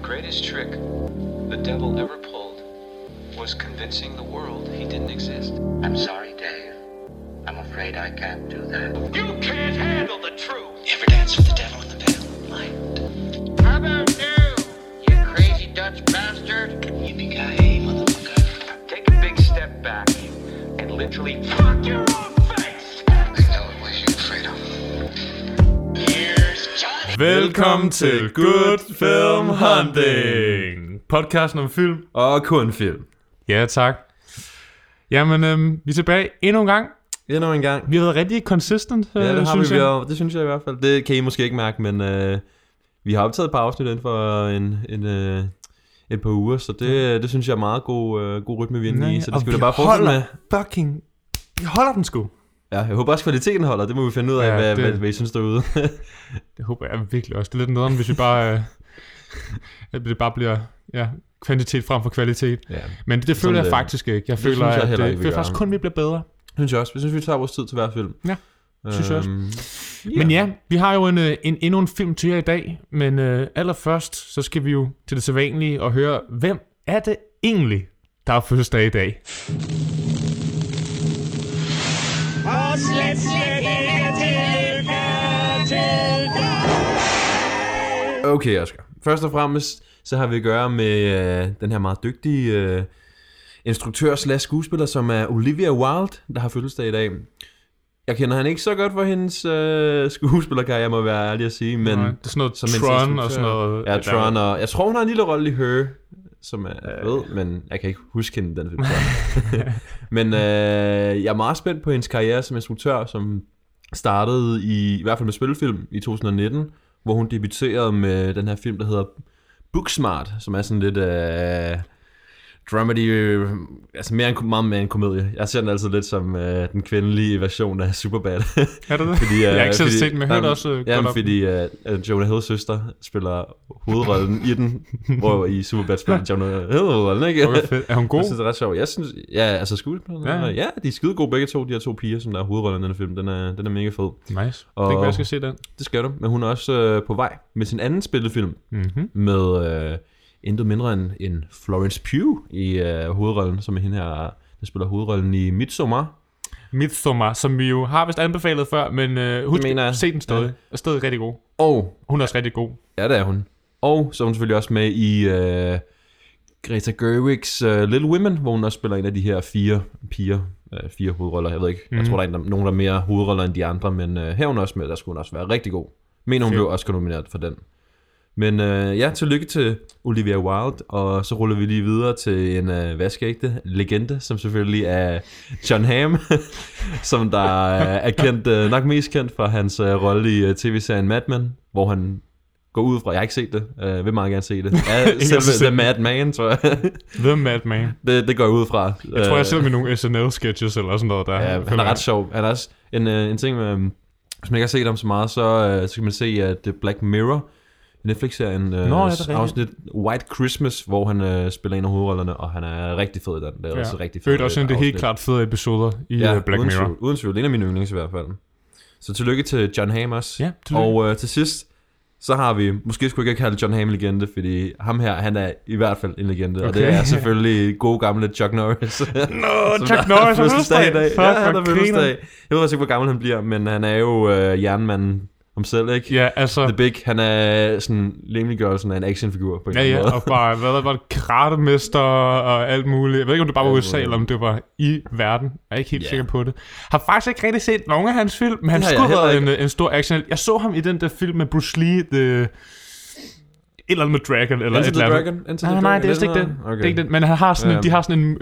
greatest trick the devil ever pulled was convincing the world he didn't exist. I'm sorry, Dave. I'm afraid I can't do that. You can't handle the truth. You ever dance with the devil in the pale moonlight? How about you, you crazy Dutch bastard? Yippee-ki-yay, motherfucker. Take a big step back and literally Fuck your own face! I know what you're afraid of. Here's Johnny. Velkommen til Good Film Hunting, podcasten om film og kun film. Ja, tak. Jamen, vi er tilbage endnu en gang. Endnu en gang. Vi har været rigtig consistent, Ja, det har synes vi. jeg. Det synes jeg i hvert fald. Det kan I måske ikke mærke, men vi har optaget et par afsnit inden for et par uger, så det synes jeg er meget god rytme vi er inde i, så det skal vi da bare fortsætte med. Vi holder den sgu. Ja, jeg håber også kvaliteten holder, det må vi finde ud af, Ja, hvad I synes derude. Det håber jeg virkelig også. Det er lidt nederen, hvis vi bare, at det bare bliver kvantitet frem for kvalitet. Ja. Men det føler jeg faktisk ikke. Jeg føler, synes jeg at heller ikke, vi det gør. faktisk kun vi bliver bedre. Synes jeg også. Jeg synes, vi tager vores tid til hver film. Ja, synes jeg også. Yeah. Men ja, vi har jo endnu en film til jer i dag, men allerførst, så skal vi jo til det sædvanlige og høre, hvem er det egentlig, der har fødselsdag i dag? Og slet ikke tillykke til dig. Okay, Oscar. Først og fremmest, så har vi at gøre med den her meget dygtige instruktør/skuespiller, som er Olivia Wilde, der har fødselsdag i dag. Jeg kender han ikke så godt for hendes skuespillerkarriere, må jeg være ærlig at sige, men Det er sådan noget som Tron og sådan noget. Ja, Tron, og jeg tror, hun har en lille rolle i Her, som er fed, men jeg kan ikke huske hende den film. Men jeg er meget spændt på hendes karriere som instruktør, som startede i hvert fald med spillefilm i 2019, hvor hun debuterede med den her film, der hedder Booksmart, som er sådan lidt dramedy, altså meget mere en komedie. Jeg ser den altid lidt som den kvindelige version af Superbad. Er det det? Fordi, jeg har ikke selv set den, men jeg hørte også godt om fordi Jonah Hills søster spiller hovedrollen i den, hvor i Superbad spiller Jonah Hill, ikke? Okay, fedt. Er hun god? Jeg synes, det er ret sjovt. Jeg synes, altså skuespillerne, ja, de er skide gode begge to, de her to piger, som der er hovedrollen i den her film. Den er mega fed. Nice. Og Det kan jeg skal se den. det skal du, men hun er også på vej med sin anden spillefilm, med intet mindre end Florence Pugh i hovedrollen, som er hende her, der spiller hovedrollen i Midsommar, som vi jo har vist anbefalet før, men husk at se den stadig. Ja. Er stadig rigtig god. Og Hun er også rigtig god. ja, det er hun. Og så er hun selvfølgelig også med i Greta Gerwigs Little Women, hvor hun også spiller en af de her fire hovedroller. Jeg ved ikke, jeg tror, der er nogen, der er mere hovedroller end de andre, men her er hun også med, der skulle hun også være rigtig god. Mener hun blev også nomineret for den. Men ja, tillykke til Olivia Wilde, og så ruller vi lige videre til en vaskeægte legende, som selvfølgelig er Jon Hamm, som der er kendt, nok mest kendt fra hans rolle i tv-serien Mad Men, hvor han går ud fra, jeg har ikke set det, vil meget gerne se det, selve The Mad Man, tror jeg. The Mad Man. Det går jeg ud fra. Jeg tror, jeg ser med nogle SNL-sketches eller sådan noget der. Ja, han er ret sjov. Han er også en ting med, hvis man ikke har set ham så meget, så kan man se, at Black Mirror, Netflix-serien, afsnit White Christmas, hvor han spiller en af hovedrollerne, og han er rigtig fed i den. Det er også rigtig fedt. Det er også en af de helt klart fede episoder i Black Mirror. Uden tvivl. En af mine yndlings i hvert fald. Så tillykke til Jon Hamm også. Ja, tillykke. Og til sidst, så har vi, måske skulle jeg ikke kalde Jon Hamm legende, fordi ham her, han er i hvert fald en legende. Okay. Og det er selvfølgelig gode gamle Chuck Norris. Chuck Norris har fødselsdag i dag. Ja, han har fødselsdag. Jeg ved også ikke, hvor gammel han bliver, men han er jo jernmanden om selv, ikke? Ja, altså The Big, han er sådan lemliggørelsen af en actionfigur på en måde. Ja, og bare, hvad var det, karatemester og alt muligt. Jeg ved ikke, om det bare var USA, eller om det var i verden. Jeg er ikke helt sikker på det. Har faktisk ikke rigtig set nogen af hans film, men han skulle have en stor action. Jeg så ham i den der film med Bruce Lee, et eller andet med Dragon, eller Into et the eller Dragon? andet. Nej, det er ikke den. Okay. Det er ikke den. Men han har sådan, de har sådan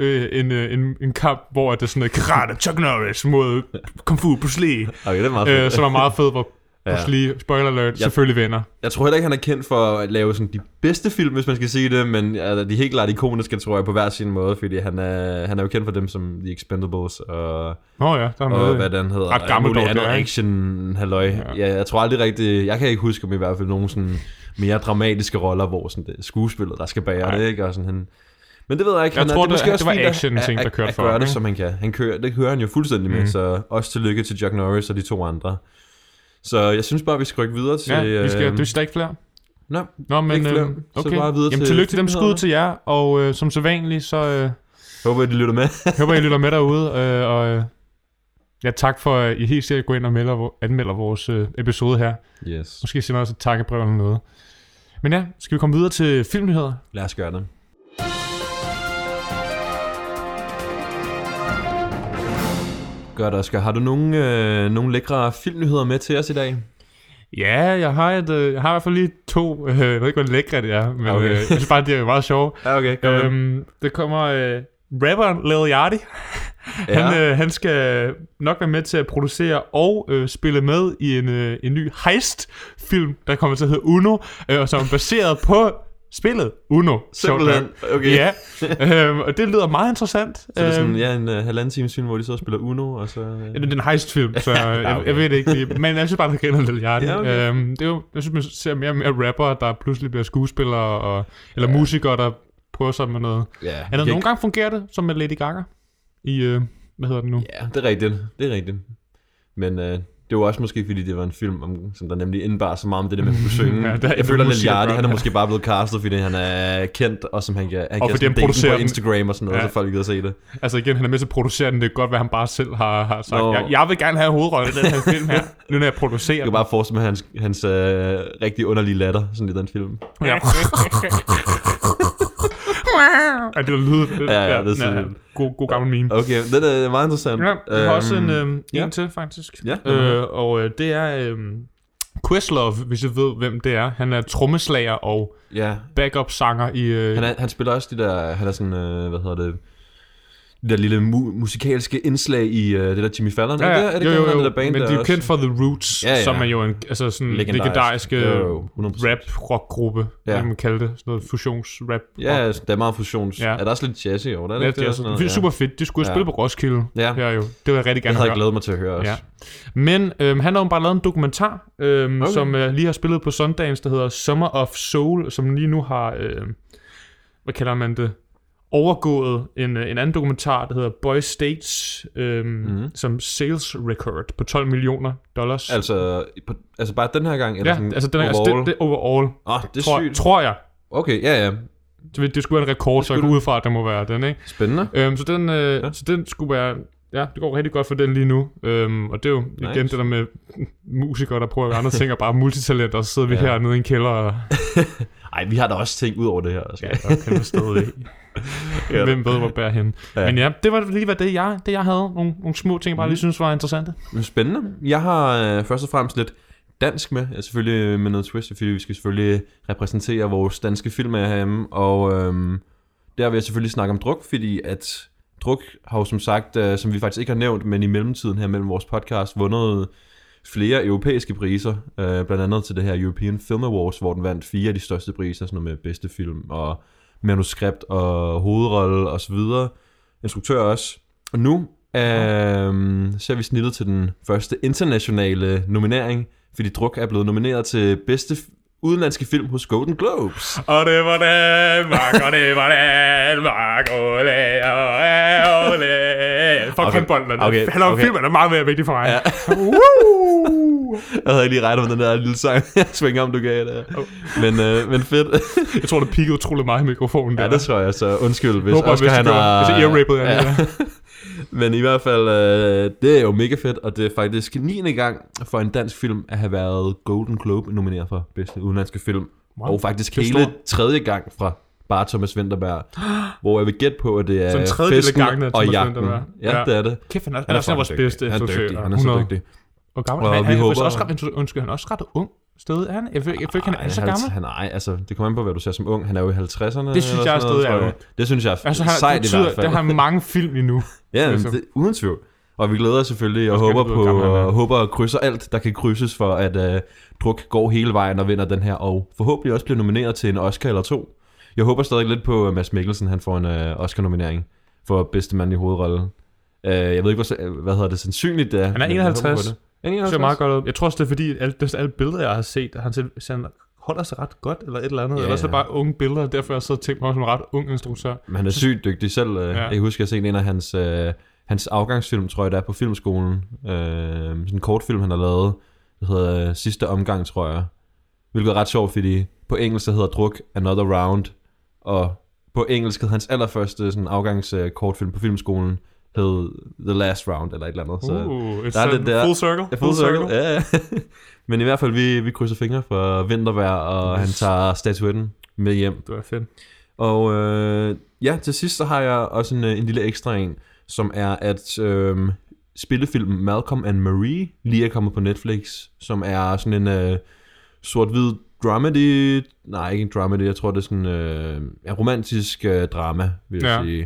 en kamp, hvor det er sådan noget karate, Chuck Norris mod Kung Fu, Bruce Lee. Okay, det er meget fedt. Som er meget fed, hvor Bruce Lee, spoiler alert, selvfølgelig vinder. Jeg tror heller ikke, han er kendt for at lave sådan de bedste film, hvis man skal sige det, men de er helt klart ikoniske, tror jeg, på hver sin måde, fordi han er jo kendt for dem som The Expendables og, og hvad den hedder. Ret gammel dog, andet action halløj. Ja, jeg tror aldrig rigtigt, jeg kan ikke huske om i hvert fald nogen sådan mere dramatiske roller, hvor sådan det skuespillet, der skal bære det, ikke? Og sådan han. Men det ved jeg ikke. Jeg tror, det var action-ting, der kørte for ham. At gøre det, som han kan. Det kører han jo fuldstændig med, så også tillykke til Chuck Norris og de to andre. Så jeg synes bare, vi skal rykke videre til... Ja, du er ikke flere. Nå, men ikke flere. okay. Så bare videre. Jamen, tillykke til dem, skud til jer, og som sædvanligt, så håber I lytter med. håber I lytter med derude, og ja, tak for, at I helt sikkert går ind og anmelder vores episode her. Yes. Måske sender også et takkebrev eller noget. Men ja, skal vi komme videre til filmnyheder? Lad os gøre det. Godt, Oscar. Har du nogle lækre filmnyheder med til os i dag? Ja, jeg har i hvert fald lige 2. Jeg ved ikke, hvor lækre det er, men okay. jeg synes bare, det er meget sjovt. Ja, okay. Det kommer rapperen Lil Yachty. Ja. Han skal nok være med til at producere og spille med i en ny heist-film, der kommer til at hedde Uno, og som er baseret på spillet Uno. Simpelthen, okay. Ja, og det lyder meget interessant. Så det er sådan, en halvanden times film, hvor de så spiller Uno, og så... Ja, det er en heist-film, så jeg ved det ikke. Men jeg synes bare, der kender Lil Yachty. Ja, okay. Det er jo, jeg synes, man ser mere og mere rappere, der pludselig bliver skuespillere, eller musikere, der prøver sig med noget. Ja, nogle gange fungerer det, som med Lady Gaga i, hvad hedder det nu? Ja, det er rigtigt. Men det var også måske, fordi det var en film, som der nemlig indebar så meget om det der med at synge. Jeg føler, at Lil Yachty, han er måske bare blevet castet, fordi han er kendt, og som han kan dele på Instagram og sådan noget, så folk gider se det. Altså igen, han er med til at producere den, det er godt, hvad han bare selv har sagt. Jeg vil gerne have hovedrollen i den her film her, nu når jeg producerer den. Jeg kan bare forestille mig hans rigtig underlige latter, sådan i den film. Ja. Det er lydet. Ja, det er sådan god gammel meme. Okay, det er meget interessant. Ja, jeg har også en til, faktisk. Ja. Og det er Questlove, hvis jeg ved, hvem det er. Han er trommeslager og backup-sanger i... Han spiller også de der... Han er sådan, hvad hedder det... Det der lille musikalske indslag i det der Jimmy Fallon. Jo, det der band, men de er jo kendt for The Roots, som er jo en sådan legendariske rap-rock-gruppe, hvad man kalder det, sådan noget fusions-rap. Ja, det er meget fusions. Ja. Er der også lidt jazzy over det? Det er super fedt. De skulle spille på Roskilde. Ja. Det var jeg rigtig gerne havde jeg glædet mig til at høre også. Ja. Men han har jo bare lavet en dokumentar, som lige har spillet på Sundance, der hedder Summer of Soul, som lige nu har, hvad kalder man det? Overgået en anden dokumentar, der hedder Boys States, som sales record på $12 million. Altså bare den her gang? Eller sådan altså den her, overall? Det overall. Det er sygt. Tror jeg. Okay, ja. Det skulle være en rekord, så jeg går ud fra, at der må være den, ikke? Spændende. Så den skulle være... Ja, det går rigtig godt for den lige nu. Og det er jo igen det der med musikere, der prøver andre ting, og bare multitalenter, og så sidder vi her nede i en kælder. Og... Ej, vi har da også ting ud over det her. Ja, der kan vi stadig. Hvem ved, hvor bærer hen. Ja. Men ja, det var lige det jeg havde. Nogle små ting, jeg bare lige synes var interessante. Spændende. Jeg har først og fremmest lidt dansk med. Selvfølgelig med noget twist, fordi vi skal selvfølgelig repræsentere vores danske film herhjemme. Og der vil jeg selvfølgelig snakke om Druk, fordi at Druk har jo som sagt, som vi faktisk ikke har nævnt, men i mellemtiden her mellem vores podcast, vundet flere europæiske priser, blandt andet til det her European Film Awards, hvor den vandt 4 af de største priser, sådan noget med bedste film og manuskript og hovedrolle og så videre. Instruktør også. Og nu ser vi snittet til den første internationale nominering, fordi Druk er blevet nomineret til bedste udenlandske film hos Golden Globes. Og det var Danmark, og det var Danmark, fuck handbolden. Han er filmen, er meget mere vigtig for mig. Ja. Jeg havde ikke lige regnet med den der lille sang, jeg svinger om du gav det. Men fedt. Jeg tror, det pikkede utrolig meget i mikrofonen der. Ja, det tror jeg, så undskyld, hvis Oscar han har... Hvis ear-rapet jeg ja. Men i hvert fald, det er jo mega fedt, og det er faktisk 9. gang for en dansk film at have været Golden Globe nomineret for bedste udenlandske film. Wow. Og faktisk hele 3. gang fra bare Thomas Vinterberg, hvor jeg vil gætte på, at det er Fisken og Jagten. Ja, det er det. Kæft, han er også vores bedste. Han er dygtig, han er så dygtig. Og gammel, og han er også ret ung stadig. Jeg føler ikke, han er så gammel. Nej, altså, det kommer an på, hvad du ser som ung. Han er jo i 50'erne. Det synes jeg stadig er. Det synes jeg er sejt i hvert fald. Der har mange film endnu. Ja, uden tvivl. Og vi glæder os selvfølgelig og håber at krydse alt, der kan krydses for, at Druk går hele vejen og vinder den her, og forhåbentlig også bliver nomineret til en Oscar eller 2. Jeg håber stadig lidt på, at Mads Mikkelsen han får en Oscar-nominering for bedste mand i hovedrollen. Jeg ved ikke, hvad hedder det sandsynligt. Han er 51. Det ser meget godt ud. Jeg tror også, det er fordi, alle billeder, jeg har set, han holder sig ret godt, eller et eller andet. Eller så er det bare unge billeder, derfor har jeg så tænkt mig som en ret ung instruktør. Men han er sygt dygtig selv. Jeg husker, jeg har set en af hans afgangsfilm, tror jeg, der er på filmskolen. Sådan en kortfilm, han har lavet. Det hedder Sidste Omgang, tror jeg. hvilket er ret sjovt, fordi på engelsk hedder druk Another Round, og på engelsk hed hans allerførste sådan afgangskortfilm på filmskolen hed The Last Round, eller et eller andet. Så der er lidt der. Full circle. Ja, full circle. Ja. Men i hvert fald, vi krydser fingre for vintervejr, og han tager statuetten med hjem. Det var fedt. Og til sidst så har jeg også en lille ekstra en, som er, at spillefilmen Malcolm and Marie lige er kommet på Netflix, som er sådan en sort-hvid dramedy. Nej, ikke en dramedy, jeg tror det er sådan en romantisk drama, vil jeg sige.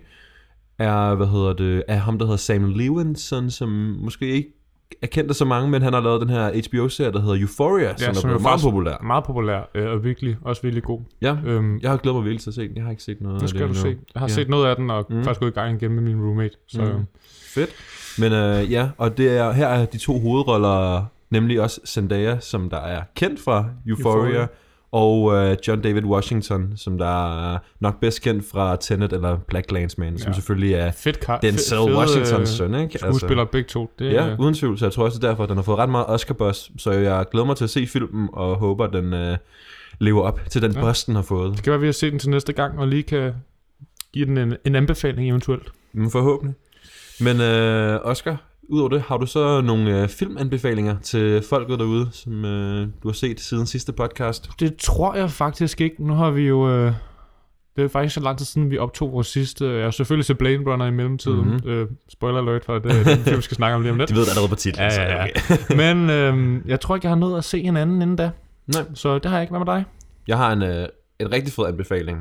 Er ham, der hedder Samuel Levinson, som måske ikke er kendt af så mange, men han har lavet den her HBO-serie, der hedder Euphoria, som er meget populær. Meget populær, og også virkelig god. Ja, jeg har glædet mig virkelig til at se den. Jeg har ikke set noget af det. Det skal du se. Jeg har set noget af den, og faktisk gået i gang igen med min roommate. Så. Fedt. Men og her er de 2 hovedroller, nemlig også Zendaya, som der er kendt fra Euphoria. Og John David Washington, som der er nok bedst kendt fra Tenet eller BlacKkKlansman, som selvfølgelig er Denzel Washingtons søn, ikke? Skuespiller begge to. Det uden tvivl, så jeg tror også derfor, at den har fået ret meget Oscar-buzz, så jeg glæder mig til at se filmen, og håber, at den lever op til den buzz, den har fået. Det kan være, at vi har set den til næste gang, og lige kan give den en anbefaling eventuelt. Forhåbentlig. Men Oscar, udover det, har du så nogle filmanbefalinger til folket derude, som du har set siden sidste podcast? Det tror jeg faktisk ikke. Nu har vi jo... det er faktisk så lang tid siden, vi optog vores sidste... Jeg har selvfølgelig set Blade Runner i mellemtiden. Spoiler alert for det den film, vi skal snakke om lige om lidt. De ved det allerede på titlen. Ja. Men jeg tror ikke, jeg har nået at se en anden inden da. Nej. Så det har jeg ikke. Hvad med dig? Jeg har en rigtig fed anbefaling.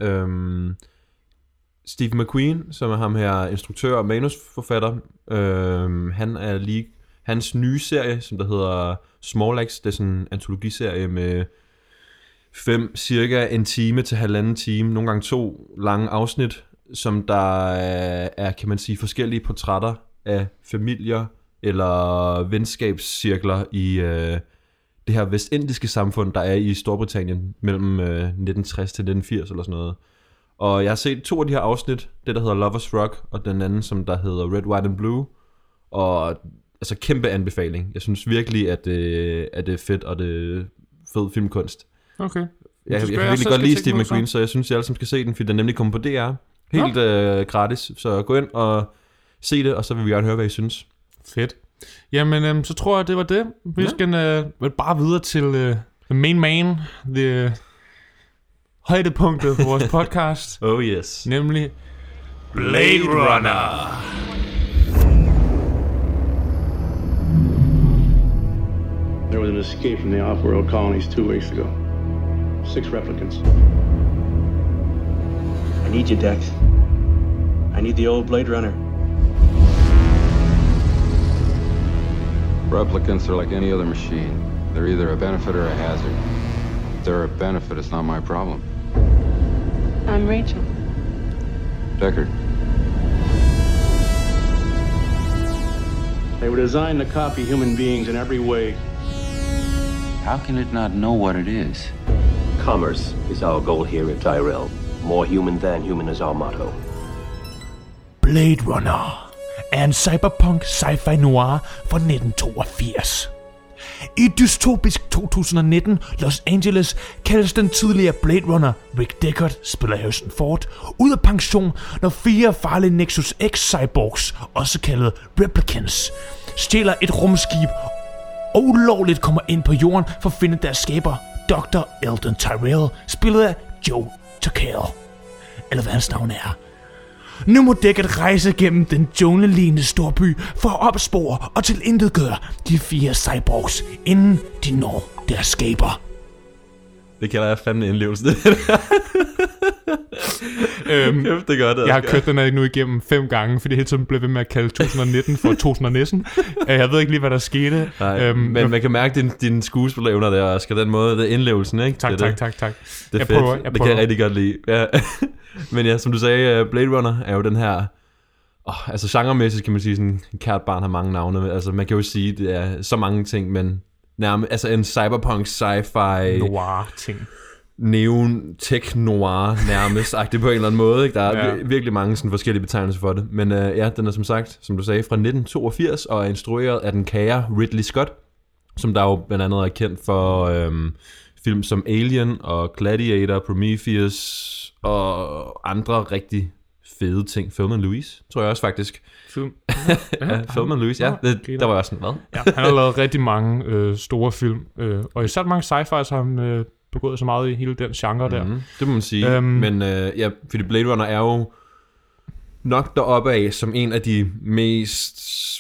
Steve McQueen, som er ham her instruktør og manusforfatter, han er lige hans nye serie, som der hedder Snorlax. Det er sådan en antologiserie med cirka en time til 1,5 time, nogle gange 2 lange afsnit, som der er, kan man sige, forskellige portrætter af familier eller venskabscirkler i det her vestindiske samfund, der er i Storbritannien mellem 1960 til 1980 eller sådan noget. Og jeg har set 2 af de her afsnit, det der hedder Lovers Rock, og den anden, som der hedder Red, White and Blue. Og altså kæmpe anbefaling. Jeg synes virkelig, at det er fedt, og det er fed filmkunst. Okay. Jeg kan virkelig godt lide Steve McQueen, så jeg synes, jeg alle sammen skal se den, fordi den nemlig kommer på DR. Helt gratis, så gå ind og se det, og så vil vi gerne høre, hvad I synes. Fedt. Jamen, så tror jeg, det var det. Vi skal bare videre til the main man, højdepunktet for vores podcast. Oh yes. Nemlig Blade Runner. There was an escape from the off-world colonies 2 weeks ago. 6 replicants. I need you, Dex. I need the old Blade Runner. Replicants are like any other machine. They're either a benefit or a hazard. If they're a benefit, it's not my problem. I'm Rachel. Deckard. They were designed to copy human beings in every way. How can it not know what it is? Commerce is our goal here at Tyrell. More human than human is our motto. Blade Runner er en cyberpunk sci-fi noir fra 1982. I dystopisk 2019 Los Angeles kaldes den tidligere Blade Runner Rick Deckard, spiller Harrison Ford, ud af pension, når 4 farlige Nexus X cyborgs, også kaldet Replicants, stjæler et rumskib og ulovligt kommer ind på jorden for at finde deres skaber, Dr. Eldon Tyrell, spillet af Joe Turkel, eller hvad hans navn er. Nu må Deckard rejse gennem den junglelignende storby for at opspore og tilintetgøre de 4 cyborgs, inden de når deres skaber. Det kalder jeg fandme indlevelse. Det er godt. Jeg har kørt den her nu igennem 5 gange, fordi jeg hele tiden blev ved med at kalde 2019 for 2019. Jeg ved ikke lige, hvad der skete. Men man kan mærke dine skuespillerevner der, Oscar. Den måde, det er indlevelsen, ikke? Tak. Det er fedt. Jeg prøver. Det kan jeg rigtig godt lide. Ja. Men ja, som du sagde, Blade Runner er jo den her... altså genremæssigt kan man sige, sådan en kært barn har mange navne. Altså man kan jo sige, det er så mange ting, men nærmest altså en cyberpunk sci-fi... Noir ting. Neon tech noir nærmest, agtigt på en eller anden måde. Ikke? Der er virkelig mange sådan forskellige betegnelser for det. Men den er som sagt, som du sagde, fra 1982 og er instrueret af den kære Ridley Scott, som der jo blandt andet er kendt for film som Alien og Gladiator, Prometheus og andre rigtig fede ting. Thelma & Louise, tror jeg også faktisk. Ja, Thelma & Louise, ja. Der var også sådan, hvad? Ja, han har lavet rigtig mange store film, og især mange sci-fi, så han begået så meget i hele den genre der. Det må man sige. Men ja, fordi Blade Runner er jo nok deroppe af som en af de mest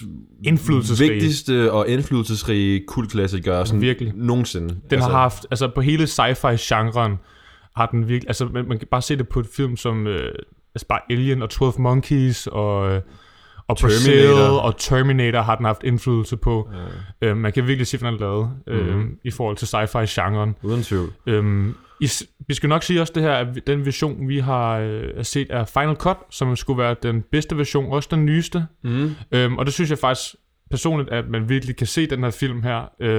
vigtigste og indflydelsesrige kultklassikere virkelig nogensinde. Den har haft, altså på hele sci-fi-genren har den virkelig, altså man kan bare se det på et film som altså bare Alien og 12 Monkeys og Brazil og Terminator har den haft indflydelse på. Man kan virkelig se, hvad den har lavet i forhold til sci-fi-genren. Uden tvivl. Vi skal nok sige også det her, at den version, vi har set, er Final Cut, som skulle være den bedste version, også den nyeste. Og det synes jeg faktisk personligt, at man virkelig kan se den her film her.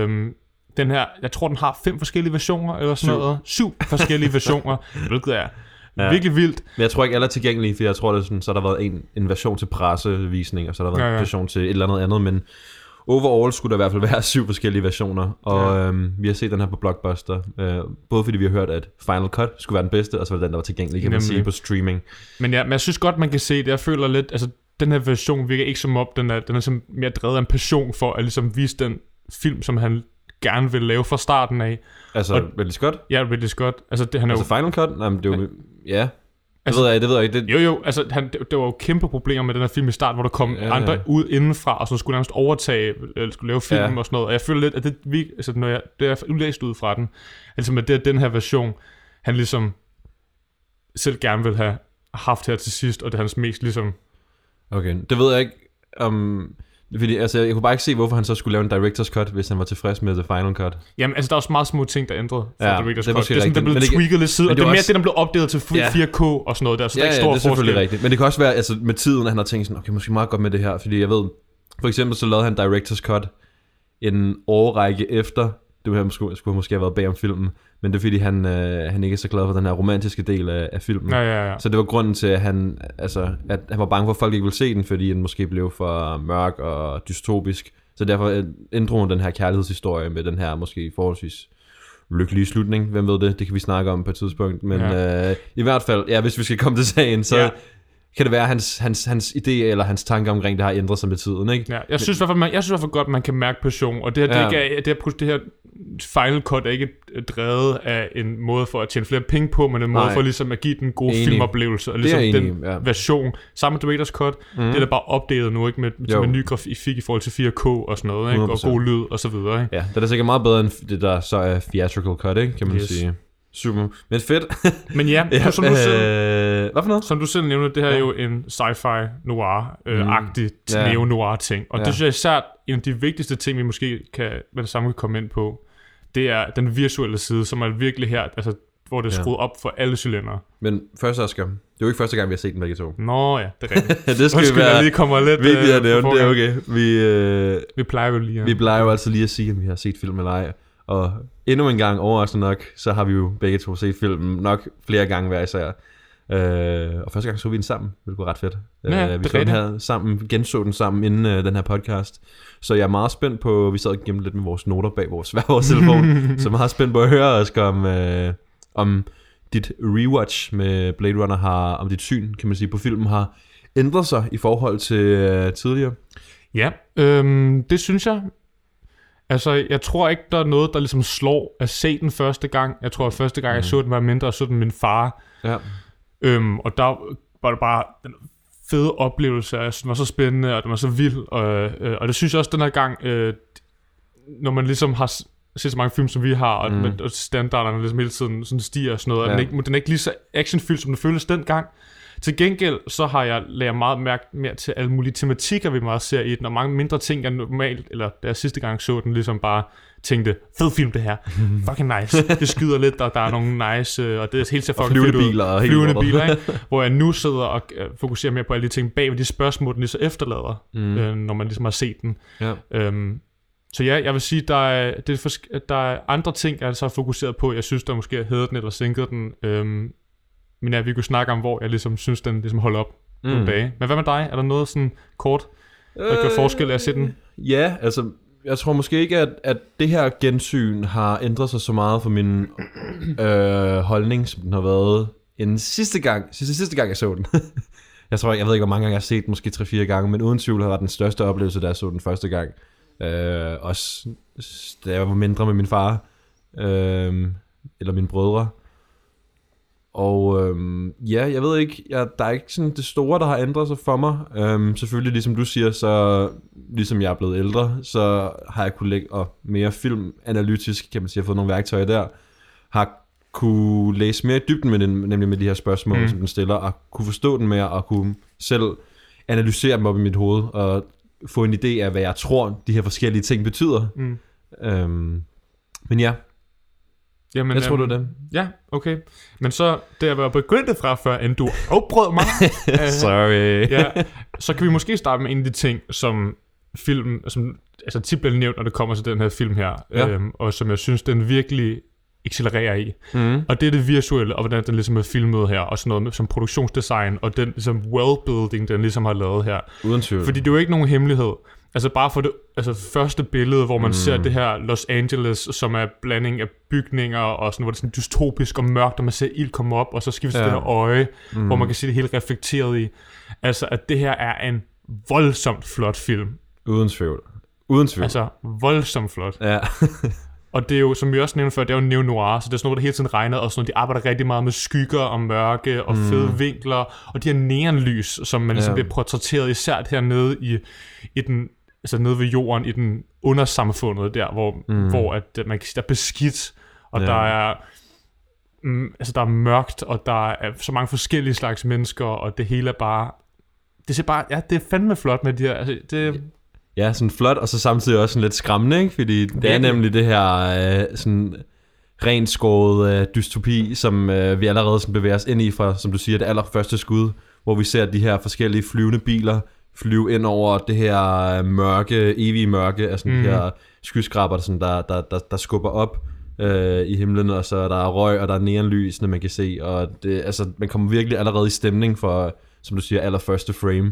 Den her, jeg tror, den har 5 forskellige versioner, eller sådan noget. 7 forskellige versioner, hvilket er virkelig vildt. Men jeg tror ikke alle er tilgængelige, for jeg tror, det er sådan, så har der været en version til pressevisning, og så har der været en version til et eller andet, men overall skulle der i hvert fald være 7 forskellige versioner, og vi har set den her på Blockbuster, både fordi vi har hørt, at Final Cut skulle være den bedste, og så var det den, der var tilgængelig, kan man sige, på streaming. Men jeg synes godt, man kan se det. Jeg føler lidt, altså den her version virker ikke som op, den er som mere drevet af en passion for at ligesom vise den film, som han gerne vil lave fra starten af. Altså Ridley Scott? Ja, Ridley Scott. Altså, det, han altså Final Cut? Jamen, det er jo... Ja. Altså, det ved jeg ikke. Jo, altså, der var jo kæmpe problemer med den her film i start, hvor der kom andre ud indenfra, og så skulle nærmest overtage, eller skulle lave film og sådan noget. Og jeg føler lidt, at det når jeg er udlæst ud fra den, altså med den her version, han ligesom selv gerne vil have haft her til sidst, og det er hans mest ligesom... Okay, det ved jeg ikke fordi, altså, jeg kunne bare ikke se, hvorfor han så skulle lave en director's cut, hvis han var tilfreds med the final cut. Jamen, altså, der er også meget små ting, der ændrede for director's cut. Det er sådan, der blev tweaked lidt siden, og det er mere det, der blev opdateret til 4K og sådan noget der, så der er ikke stor forskel. Det er selvfølgelig rigtigt. Men det kan også være, altså, med tiden, at han har tænkt sådan, okay, måske meget godt med det her, fordi jeg ved, for eksempel så lavede han director's cut en årrække efter, det her skulle måske have været bag om filmen, men det er fordi, han ikke er så glad for den her romantiske del af filmen. Ja. Så det var grunden til, at han var bange for, at folk ikke ville se den, fordi den måske blev for mørk og dystopisk. Så derfor inddrog han den her kærlighedshistorie med den her måske forholdsvis lykkelige slutning. Hvem ved det? Det kan vi snakke om på et tidspunkt. Men i hvert fald, hvis vi skal komme til sagen, så... kan det være, at hans idé eller hans tanker omkring det har ændret sig med tiden, ikke? Ja, jeg synes i hvert fald godt, man kan mærke passion, og det her Final Cut er ikke drevet af en måde for at tjene flere penge på, men en måde for ligesom at give den gode filmoplevelse, og ligesom den version, sammen med Director's Cut, det er da bare opdateret nu, ikke? Med ny grafik i forhold til 4K og sådan noget, ikke? Og god lyd og så videre, ikke? Ja, det er sikkert meget bedre end det, der så er theatrical cut, ikke? Kan man sige. Super. Men fedt. Men som du selv nævner, det her er jo en sci-fi noir-agtig neo-noir ting. Og det synes jeg især en af de vigtigste ting, vi måske kan med det samme kan komme ind på, det er den visuelle side, som er virkelig her, altså hvor det er skruet op for alle cylindre. Men først, Asger, det er jo ikke første gang, vi har set den begge to. Nå ja, det er rigtigt. Det skal være lige kommer lidt vigtigt at nævne, det er okay. Vi plejer jo lige Vi plejer jo altid lige at sige, at vi har set film eller ej. Og endnu en gang, overraskende nok, så har vi jo begge to set filmen nok flere gange hver især. Og første gang så vi den sammen, hvilket var ret fedt. Vi så den her sammen, genså den sammen inden den her podcast. Så jeg er meget spændt på, vi sad og gemte lidt med vores noter bag vores telefon, så jeg er meget spændt på at høre, Asger, om dit rewatch med Blade Runner om dit syn, kan man sige, på filmen har ændret sig i forhold til tidligere. Ja, det synes jeg. Altså, jeg tror ikke, der er noget, der ligesom slår at se den første gang. Jeg tror, at første gang, jeg så den, var mindre, og så den min far. Ja. Og der var det bare den fede oplevelse, at den var så spændende, og den var så vild. Og det synes jeg også, den her gang, når man ligesom har set så mange film, som vi har, og standarderne ligesom hele tiden sådan stiger og sådan noget, og den er ikke lige så actionfyldt, som den føles dengang. Til gengæld, så har jeg lært meget mærke mere til alle mulige tematikker, vi meget ser i den, og mange mindre ting, jeg normalt, eller da jeg sidste gang så den, ligesom bare tænkte, fed film det her, fucking nice, det skyder lidt, og der er nogle nice, og det er helt til fucking flyvende biler, flyvende biler, ikke? Hvor jeg nu sidder og fokuserer mere på alle de ting bag ved de spørgsmål, den lige så efterlader, når man ligesom har set den. Ja. Så ja, jeg vil sige, der er andre ting, jeg så har fokuseret på, jeg synes, der måske har hævet den eller sænket den, men ja, vi kunne snakke om, hvor jeg ligesom synes, den ligesom holder op nogle dage. Men hvad med dig? Er der noget sådan kort, der gør forskel af at se den? Ja, altså, jeg tror måske ikke, at det her gensyn har ændret sig så meget for min holdning, som den har været en sidste gang jeg så den. Jeg ved ikke, hvor mange gange jeg har set den, måske 3-4 gange, men uden tvivl har været den største oplevelse, da jeg så den første gang. Også da jeg var mindre med min far, eller mine brødre. Og ja, jeg ved ikke, der er ikke sådan det store, der har ændret sig for mig. Selvfølgelig, ligesom du siger, så ligesom jeg er blevet ældre, så har jeg kunnet lægge mere filmanalytisk, kan man sige, jeg har fået nogle værktøjer der, har kunne læse mere i dybden med den, nemlig med de her spørgsmål, som den stiller, og kunne forstå den mere, og kunne selv analysere dem op i mit hoved, og få en idé af, hvad jeg tror, de her forskellige ting betyder. Men ja, jamen, jeg tror, det er det. Ja, okay. Men så, da jeg var begyndt fra før, end du afbrød mig. Sorry. Ja, så kan vi måske starte med en af de ting, som filmen, som altså tit bliver nævnt, når det kommer til den her film her, og som jeg synes, den virkelig accelererer i. Og det er det visuelle, og hvordan den ligesom er filmet her, og sådan noget med, som produktionsdesign, og den ligesom worldbuilding, den ligesom har lavet her. Uden tvivl. Fordi det er jo ikke nogen hemmelighed. Altså bare for det første billede, hvor man ser det her Los Angeles, som er blanding af bygninger, og sådan, hvor det er sådan dystopisk og mørkt, og man ser ild komme op, og så skifter det her øje, hvor man kan se det helt reflekteret i. Altså, at det her er en voldsomt flot film. Uden tvivl. Altså, voldsomt flot. Ja. Og det er jo, som vi også nævnte før, det er jo neo-noir, så det er sådan noget, der hele tiden regner, og sådan noget, de arbejder rigtig meget med skygger og mørke og fede vinkler, og de her neonlys, som man ligesom bliver portrætteret, især hernede i den, altså nede ved jorden, i den undersamfundet der, hvor at man kan sige, der er beskidt, og der er altså der er mørkt, og der er så mange forskellige slags mennesker, og det hele er bare, det ser bare, ja, det er fandme flot med de her, altså det. Ja, sådan flot, og så samtidig også sådan lidt skræmmende, ikke? Fordi det er nemlig det her sådan rent skåret dystopi, som vi allerede sådan bevæger os ind i fra, som du siger, det allerførste skud, hvor vi ser de her forskellige flyvende biler flyve ind over det her mørke, evige mørke af sådan de her skyskraber, sådan der skubber op i himlen, og så der er røg, og der er neonlysene, man kan se, og det, altså, man kommer virkelig allerede i stemning for, som du siger, allerførste frame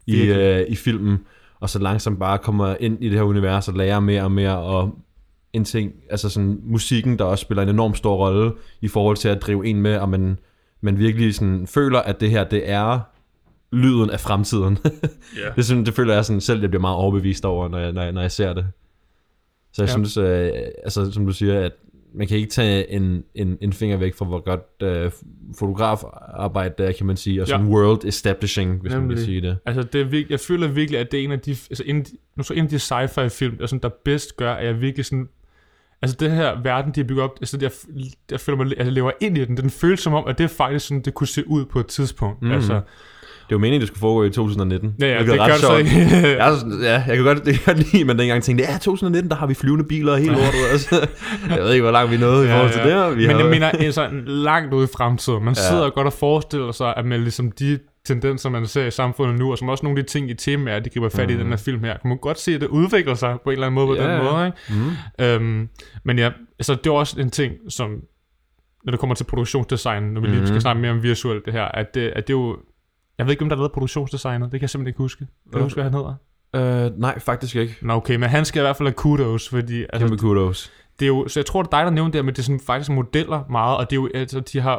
i filmen, og så langsomt bare kommer ind i det her univers og lærer mere og mere, og en ting, altså sådan musikken, der også spiller en enormt stor rolle i forhold til at drive en med, og man virkelig sådan føler, at det her, det er lyden af fremtiden. Det føler jeg sådan selv, jeg bliver meget overbevist over, når jeg ser det. Så jeg synes, altså som du siger, at man kan ikke tage en finger væk fra, hvor godt fotografarbejde der, kan man sige, og sådan world establishing, hvis man kan sige det. Altså det er virkelig, jeg føler virkelig, at det er en af de, altså en af de sci-fi film, der bedst gør, at jeg virkelig sådan, altså det her verden, de har bygget op, altså jeg føler mig, altså lever ind i den føles som om, at det er faktisk sådan, det kunne se ud på et tidspunkt. Altså det var meningen, det skulle foregå i 2019. Ja, det gør det så ikke. Jeg kan godt lide, men dengang tænkte jeg, 2019, der har vi flyvende biler og helt lortet. Altså. Jeg ved ikke, hvor langt vi nåede i forhold til det. Men jeg mener, altså langt ude i fremtiden. Man sidder godt og forestiller sig, at med ligesom de tendenser, man ser i samfundet nu, og som også nogle af de ting i temaer, de griber fat i den her film her, kan man godt se, at det udvikler sig på en eller anden måde på den måde. Ikke? Men ja, altså det er også en ting, som når det kommer til produktionsdesign, når vi lige skal snakke mere om visuelt det her, at det er jo, jeg ved ikke, om der har lavet produktionsdesignet. Det kan jeg simpelthen ikke huske. Kan du huske, hvad han hedder? Nej, faktisk ikke. Nå, okay, men han skal i hvert fald have kudos, fordi altså, kæmpe kudos. Det er jo, så jeg tror, det er dig, der nævnte det, men det er sådan, faktisk modeller meget, og det er jo, altså, de har,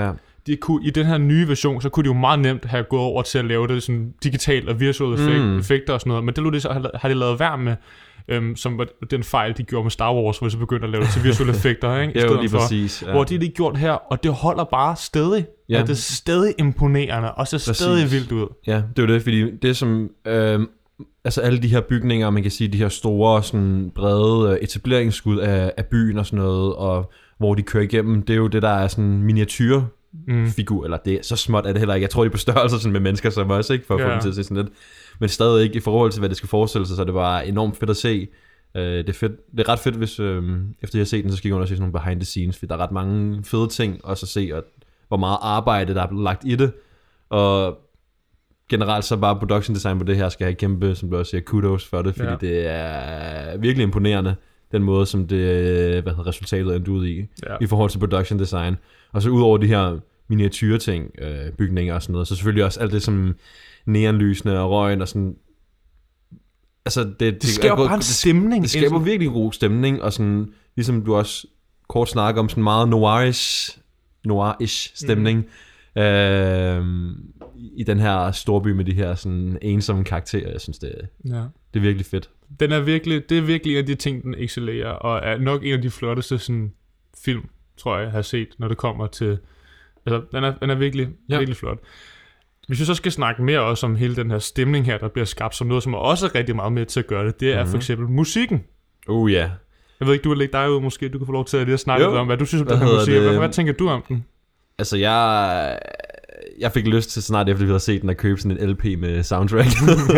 i den her nye version, så kunne de jo meget nemt have gået over til at lave det sådan digitalt og visuelle effekter og sådan noget, men det har de lavet værd med, som var den fejl, de gjorde med Star Wars, hvor de så begyndte at lave det til visuelle effekter, ikke? I stedet lige for, præcis. Hvor de lige gjort her, og det holder bare stadig. Ja. Det er stadig imponerende, og ser stadig vildt ud. Ja, det er jo det, fordi det som, altså alle de her bygninger, man kan sige, de her store, sådan brede etableringsskud af byen og sådan noget, og hvor de kører igennem, det er jo det, der er sådan miniatyrfigur, eller det er så småt er det heller ikke. Jeg tror, de er på størrelse sådan med mennesker som også, ikke? For at få dem til at se sådan lidt. Men stadig ikke i forhold til, hvad det skal forestille sig, så det var enormt fedt at se. Det er ret fedt, hvis efter jeg har set den, så skal jeg også se sådan nogle behind the scenes, for der er ret mange fede ting også at se, og hvor meget arbejde, der er blevet lagt i det. Og generelt så bare production design på det her skal have kæmpe, som du også siger, kudos for det, fordi det er virkelig imponerende, den måde, som det resultatet endte ud i forhold til production design. Og så ud over de her miniatyre-ting, bygninger og sådan noget, så selvfølgelig også alt det som neonlysene og røgen og sådan, altså det skaber bare en stemning. Det skaber virkelig god stemning, og sådan, ligesom du også kort snakker om, sådan meget noirish stemning. I den her storby med de her sådan ensomme karakterer. Jeg synes, det er virkelig fedt. Det er virkelig en af de ting, den excellerer, og er nok en af de flotteste sådan, film, tror jeg har set, når det kommer til... Altså, den er virkelig, virkelig flot. Hvis vi så skal snakke mere også om hele den her stemning her, der bliver skabt som noget, som er også rigtig meget med til at gøre det, er for eksempel musikken. Ja. Jeg ved ikke, du har lægget dig ud, måske du kan få lov til at snakke lidt om, hvad du synes om den her musik. Hvad tænker du om den? Altså, jeg fik lyst til, snart efter vi havde set den, at købe sådan en LP med soundtrack.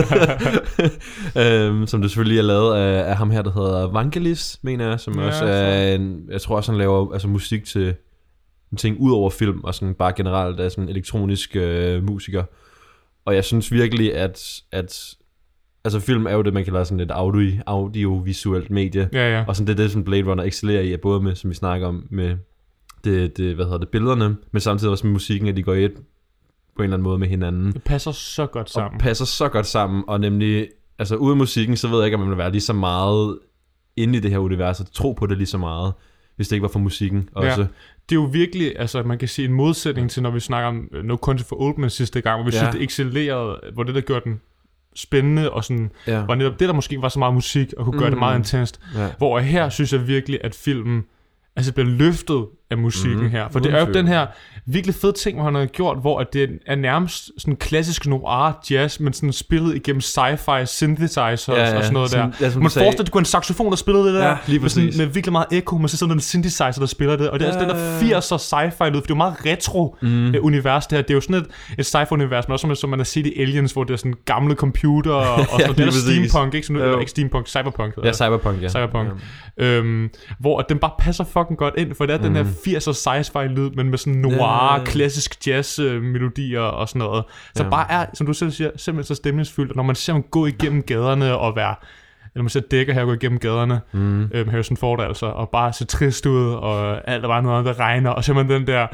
Som det selvfølgelig er lavet af ham her, der hedder Vangelis, mener jeg, som også er jeg tror også, han laver altså, musik til ting ud over film, og sådan bare generelt er sådan en elektronisk musiker. Og jeg synes virkelig, at altså film er jo det, man kalder sådan et audiovisuelt medie. Og sådan det er det, som Blade Runner excellerer i, både med, som vi snakker om, med billederne, men samtidig også med musikken, at de går i et på en eller anden måde med hinanden. Det passer så godt sammen. Og nemlig, altså uden musikken, så ved jeg ikke, om man vil være lige så meget inde i det her univers, og tro på det lige så meget, hvis det ikke var for musikken også. Det er jo virkelig, altså man kan sige en modsætning til, når vi snakker om No Country for Old Men sidste gang, hvor vi synes, det excellerede, hvor det der gjorde den spændende, og sådan, var netop det, der måske ikke var så meget musik, og kunne gøre det meget intenst. Hvor her synes jeg virkelig, at filmen altså bliver løftet af musikken her. For det er jo den her virkelig fede ting, hvor han har gjort, hvor at det er nærmest sådan klassisk noir jazz, men sådan spillet igennem sci-fi synthesizers og sådan noget der. Man forestiller, at det kunne en saxofon, der spillede det der, med virkelig meget echo, men så sådan en synthesizer, der spiller det. Og det er altså den der 80'er sci-fi lyd, for det er jo meget retro-univers det her. Det er jo sådan et sci-fi-univers, men også som man har set i Aliens, hvor det er sådan gamle computer, og sådan det er steampunk, ikke? Sådan, ikke steampunk, cyberpunk. Cyberpunk. Hvor den bare passer fucking godt ind, for det er den her 80'er sci-fi lyd, men med sådan noir, klassisk jazz melodier og sådan noget. Så bare er, som du selv siger, simpelthen så stemningsfyldt, og når man ser ham gå igennem gaderne og være, eller man ser Decker her gå igennem gaderne, Harrison Ford altså, og bare se trist ud, og alt der var noget, der regner, og så man den der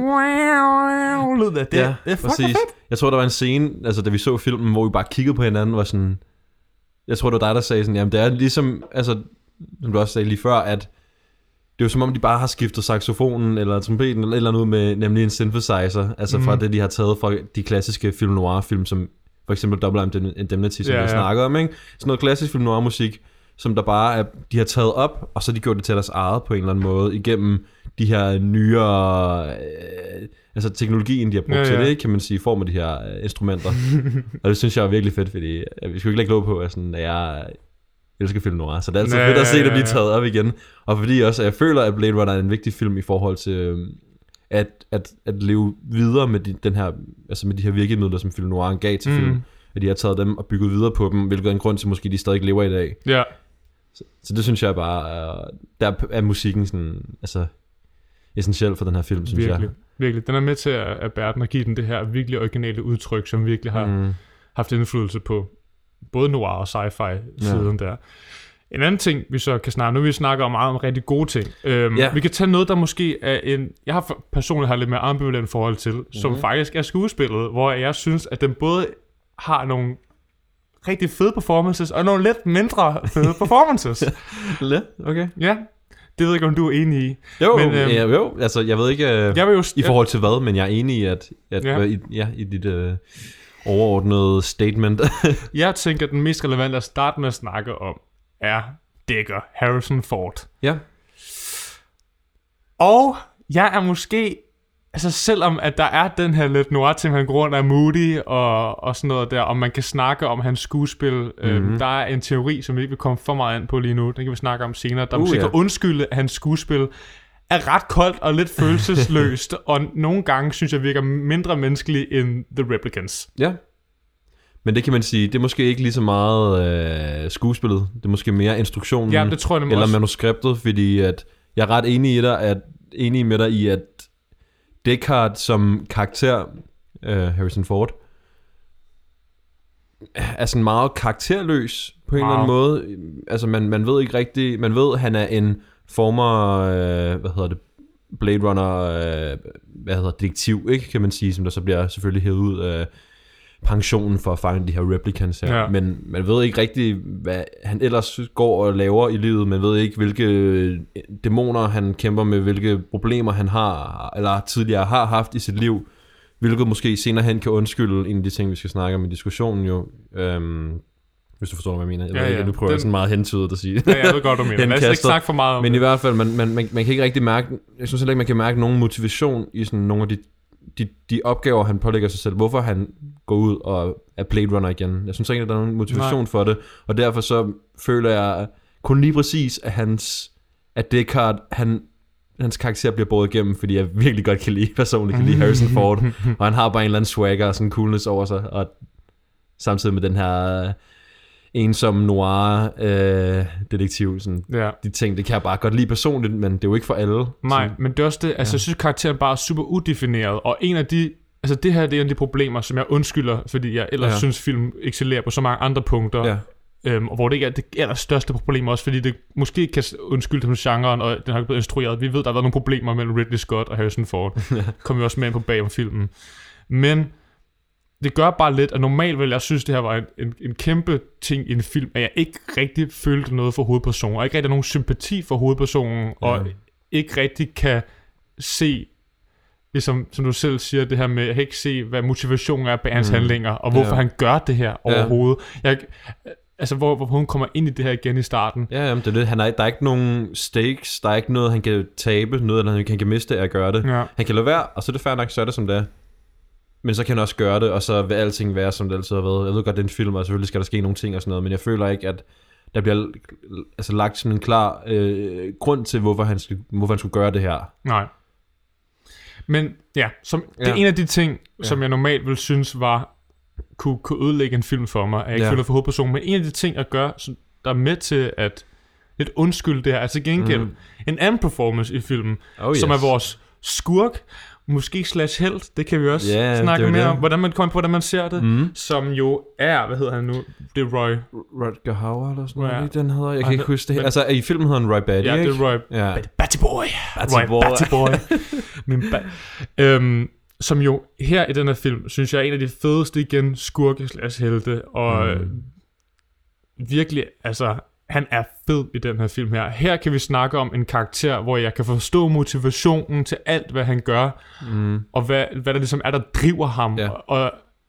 lyd der. Det er fucking fedt. Jeg tror, der var en scene, altså da vi så filmen, hvor vi bare kiggede på hinanden, var sådan, jeg tror, det var dig, der sagde sådan, jamen det er ligesom, altså, som du også sagde lige før, at det er jo som om, de bare har skiftet saxofonen eller trompeten eller et eller andet med, nemlig en synthesizer, altså fra det, de har taget fra de klassiske film noir-film, som for eksempel Double Indemnity, som jeg snakker om, ikke? Sådan noget klassisk film noir-musik, som der bare er, de har taget op, og så de gjort det til deres eget på en eller anden måde, igennem de her nyere, altså teknologien, de har brugt til det, ikke? Kan man sige, i form af de her instrumenter. Og det synes jeg er virkelig fedt, fordi vi skal jo ikke lægge lov på, at sådan, jeg elsker film noir, så det er altid fedt at se det blive taget op igen. Og fordi også, at jeg føler, at Blade Runner er en vigtig film i forhold til at leve videre med den her, altså med de her virkemidler, som film noir gav til film, at de har taget dem og bygget videre på dem, hvilket er en grund til, måske de stadig lever i dag. Ja. Så det synes jeg bare, der er musikken sådan, altså essentiel for den her film, synes jeg. Virkelig. Den er med til at bære den og give den det her virkelig originale udtryk, som virkelig har haft indflydelse på både noir og sci-fi siden der. En anden ting, vi så kan snakke, nu vi snakker meget om rigtig gode ting. Vi kan tage noget, der måske er jeg har personligt har lidt mere ambivalent forhold til, som faktisk er skuespillet, hvor jeg synes, at den både har nogle rigtig fede performances, og nogle lidt mindre fede performances. Lidt? Okay. Ja. Det ved jeg ikke, om du er enig i. Jo, men, jo. Altså, jeg ved ikke i forhold til hvad, men jeg er enig i, at i dit overordnede statement. Jeg tænker, at den mest relevante at starte med at snakke om, er Decker, Harrison Ford. Ja. Og jeg er måske, altså selvom at der er den her lidt noir ting, han grund af Moody og sådan noget der, og man kan snakke om hans skuespil, der er en teori, som vi ikke vil komme for meget ind på lige nu, den kan vi snakke om senere, der måske kan undskylde, at hans skuespil er ret koldt og lidt følelsesløst, og nogle gange synes jeg virker mindre menneskelig end The Replicants. Ja. Men det kan man sige, det er måske ikke lige så meget skuespillet, det er måske mere instruktionen, det tror jeg eller også. Manuskriptet, fordi at jeg er ret enig med dig i, at Deckard som karakter, Harrison Ford, er sådan meget karakterløs på en eller anden måde. Altså man ved ikke rigtigt, man ved, han er en former, Blade Runner, detektiv, ikke, kan man sige, som der så bliver selvfølgelig hævet ud af pensionen for at fange de her replicants her. Ja. Men man ved ikke rigtig, hvad han ellers går og laver i livet. Man ved ikke, hvilke dæmoner han kæmper med, hvilke problemer han har, eller tidligere har haft i sit liv, hvilket måske senere hen kan undskylde en af de ting, vi skal snakke om i diskussionen jo. Hvis du forstår, hvad jeg mener. Jeg nu prøver jeg sådan meget hentydet at sige. Ja, jeg ved godt, du mener. Lad os ikke snakke for meget om men det. I hvert fald, man kan ikke rigtig mærke, jeg synes heller ikke, man kan mærke nogen motivation i sådan nogle af de opgaver, han pålægger sig selv. Hvorfor han går ud og er Blade Runner igen. Jeg synes ikke, at der er nogen motivation for det. Og derfor så føler jeg kun lige præcis, at Deckard, hans karakter bliver båret igennem, fordi jeg virkelig godt kan lide personligt, kan lide Harrison Ford. Og han har bare en eller anden swagger og sådan coolness over sig. Og samtidig med den her ensom noir detektiv. Sådan, de ting, det kan jeg bare godt lide personligt, men det er jo ikke for alle. Nej, men det er også det, altså jeg synes karakteren bare er super udefineret, og en af de, altså det her, det er en af de problemer, som jeg undskylder, fordi jeg ellers synes film excellerer på så mange andre punkter, og hvor det ikke er det allerstørste problem også, fordi det måske kan undskylde dem genren, og den har blevet instrueret. Vi ved, der har været nogle problemer mellem Ridley Scott og Harrison Ford. Kommer vi også med ind på bag om filmen. Men det gør bare lidt, at normalt vil jeg synes, det her var en kæmpe ting i en film, at jeg ikke rigtig følte noget for hovedpersonen, og ikke rigtig nogen sympati for hovedpersonen, og ikke rigtig kan se, ligesom, som du selv siger, det her med, jeg kan ikke se, hvad motivationen er bag hans handlinger, og hvorfor han gør det her overhovedet. Altså, hvor hun kommer ind i det her igen i starten. Ja, jamen, det er det. Der er ikke nogen stakes, der er ikke noget, han kan tabe, noget, eller han kan miste af at gøre det. Ja. Han kan lade være, og så er det fair nok, så er det som det er. Men så kan han også gøre det, og så vil alting være, som det altid har været. Jeg ved godt, det er en film, og selvfølgelig skal der ske nogle ting og sådan noget, men jeg føler ikke, at der bliver lagt sådan en klar grund til, hvorfor han skulle gøre det her. Nej. Men ja, det er en af de ting, som jeg normalt vil synes kunne ødelægge en film for mig, at jeg ikke føler for hovedpersonen. Men en af de ting, jeg gør, der er med til at lidt undskylde det her, altså gengæld en anden performance i filmen, som er vores skurk, måske /helt, det kan vi også snakke mere om, hvordan man kommer på, hvordan man ser det, som jo er, hvad hedder han nu? Det er Rutger Hauer eller sådan noget, den hedder, jeg kan ikke huske det. Altså i filmen hedder han Roy Batty, ikke? Ja, det er Roy Batty Boy. Batty Boy. Som jo her i den her film, synes jeg er en af de fedeste igen skurke/helte, og virkelig, altså han er fed i den her film her. Her kan vi snakke om en karakter, hvor jeg kan forstå motivationen til alt, hvad han gør, og hvad der ligesom er, der driver ham. Og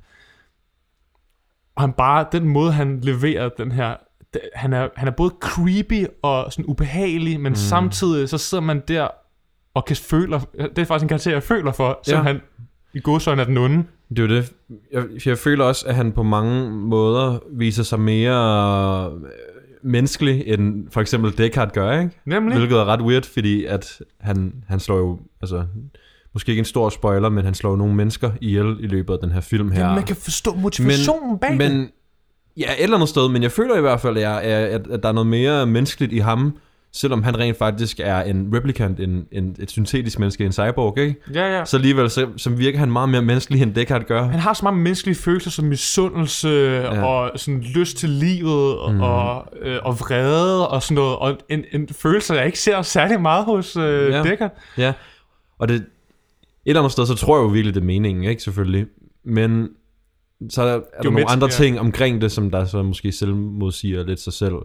han bare, den måde han leverer den her, han er både creepy og sådan ubehagelig, men samtidig så sidder man der og kan føle, det er faktisk en karakter, jeg føler for, som han i godsøjne er den onde. Det er jo det. Jeg føler også, at han på mange måder viser sig mere menneskelig, end for eksempel Deckard gør, ikke? Nemlig. Hvilket er ret weird, fordi at han slår jo, altså, måske ikke en stor spoiler, men han slår jo nogle mennesker ihjel i løbet af den her film her. Jamen, man kan forstå motivationen bag det. Men ja, et eller andet sted, men jeg føler i hvert fald, at der er noget mere menneskeligt i ham, selvom han rent faktisk er en replicant, et syntetisk menneske, en cyborg, ikke? Ja. Så alligevel, så virker han meget mere menneskelig, end Deckard gør. Han har så mange menneskelige følelser som misundelse, og sådan lyst til livet, og vrede, og sådan noget, og en følelse, jeg ikke ser særlig meget hos Deckard. Ja, og det, et eller andet sted, så tror jeg jo virkelig, det er meningen, ikke? Selvfølgelig. Men så er der nogle andre ting omkring det, som der så måske selvmodsiger lidt sig selv.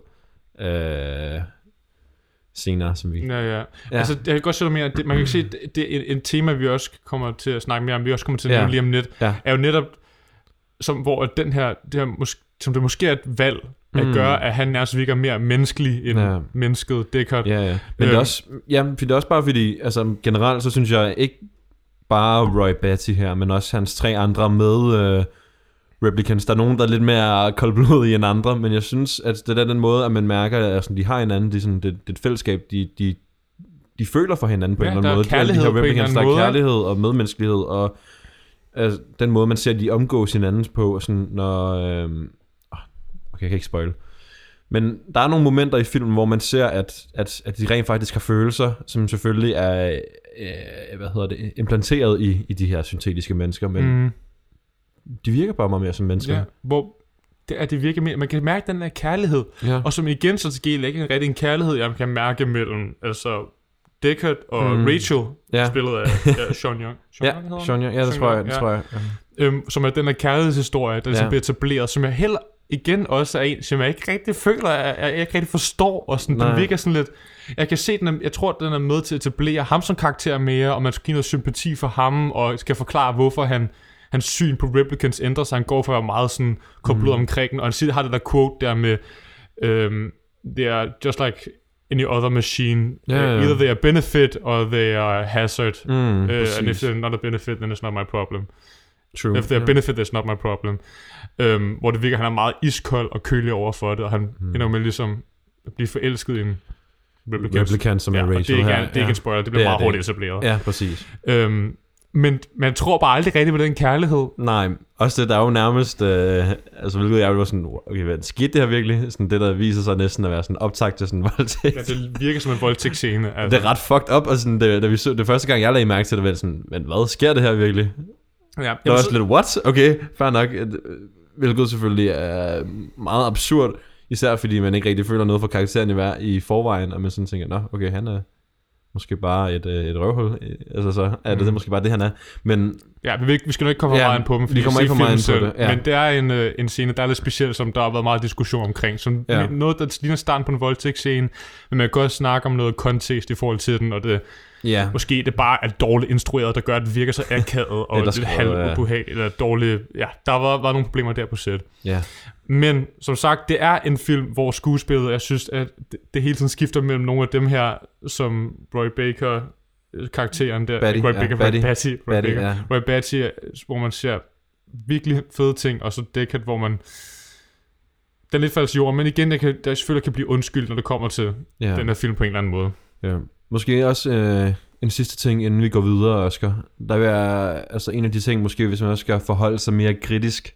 Senere, som vi... Ja. Altså, jeg kan godt se, mere, man kan se, det er en tema, vi også kommer til at snakke mere om, vi også kommer til at nævne lige om lidt, er jo netop, hvor det her som det måske er et valg, at gøre, at han nærmest virker mere menneskelig end mennesket Deckard. Ja. Men det er også, det er også bare fordi, altså generelt, så synes jeg ikke bare Roy Batty her, men også hans 3 andre med replicants. Der er nogen, der er lidt mere koldblodige end andre, men jeg synes, at det er den måde, at man mærker, at de har hinanden, det er et fællesskab, de føler for hinanden på en eller anden måde. Kærlighed de her replicants, der er kærlighed måde. Og medmenneskelighed, og den måde, man ser, at de omgås hinanden på, sådan, når... okay, jeg kan ikke spoil. Men der er nogle momenter i filmen, hvor man ser, at de rent faktisk har følelser, som selvfølgelig er implanteret i de her syntetiske mennesker, men de virker bare meget mere som mennesker. Ja, hvor det virker mere, man kan mærke den her kærlighed, og som igen så til gengæld ikke rigtig en kærlighed, jeg kan mærke mellem altså Deckard og Rachel, spillet af Sean Young. Sean Young, det tror jeg. Som er den her kærlighedshistorie, der ligesom bliver etableret, som jeg heller igen også er en, som jeg ikke rigtig føler, jeg ikke rigtig forstår, og sådan, den virker sådan lidt, jeg kan se, jeg tror, den er med til at etablere ham som karakter mere, og man skal give noget sympati for ham, og skal forklare, hvorfor hans syn på replicants ændrer sig. Han går for at være meget sådan koblet omkring den, og han har det der quote der med, they are just like any other machine. Either they are benefit, or they are hazard. And if they're not a benefit, then it's not my problem. True. If they're a benefit, it's not my problem. Hvor det virker, han er meget iskold og kølig over for det, og han ender med ligesom at blive forelsket i en replicant, som er Rachel. Det er ikke en spoiler, det bliver meget hurtigt etableret. Ja, præcis. Men man tror bare aldrig rigtigt på den kærlighed. Nej, også det, der er jo nærmest, altså hvilket jeg var sådan, okay, hvad skete det her virkelig? Sådan det, der viser sig næsten at være sådan optakt til sådan en voldtægt. Ja, det virker som en voldtægtsscene. Altså. Det er ret fucked up, og sådan, da vi så det første gang, jeg lagde mærke til det, var sådan, men hvad sker det her virkelig? Ja, der var også lidt, what? Okay, fair nok. Hvilket selvfølgelig er meget absurd, især fordi man ikke rigtig føler noget for karakteren i forvejen, og man sådan tænker, nå, okay, han er måske bare et røvhul, altså så er det måske bare det, han er. Men ja, vi skal nok ikke komme for meget på dem, fordi vi kommer ikke for meget på det. Ja. Men det er en scene, der er lidt speciel, som der har været meget diskussion omkring. Som noget, der ligner starten på en voldtægtsscene, men man kan godt snakke om noget kontekst i forhold til den, og det måske det bare er dårligt instrueret, der gør, at det virker så akavet, og lidt halvubehageligt, eller dårligt. Ja, der var nogle problemer der på set. Ja. Men som sagt, det er en film, hvor skuespillet, jeg synes, at det hele tiden skifter mellem nogle af dem her, som Roy Baker, karakteren der, Roy Batty, hvor man ser virkelig fede ting, og så Deckard, hvor man den er lidt falsk jord, men igen, der selvfølgelig kan blive undskyld, når det kommer til den her film på en eller anden måde. Ja. Måske også en sidste ting, inden vi går videre, Oscar. Der vil være altså en af de ting, måske hvis man også skal forholde sig mere kritisk,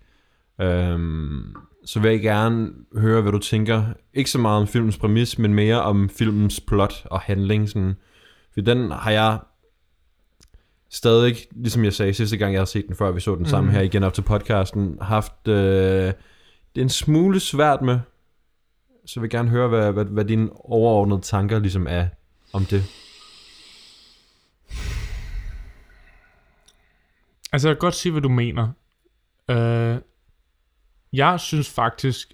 så vil jeg gerne høre, hvad du tænker. Ikke så meget om filmens præmis, men mere om filmens plot og handling. Sådan. For den har jeg stadig, ligesom jeg sagde sidste gang, jeg har set den før, vi så den sammen her igen op til podcasten, haft det en smule svært med. Så vil jeg gerne høre, hvad dine overordnede tanker ligesom er om det. Altså jeg kan godt sige, hvad du mener. Jeg synes faktisk,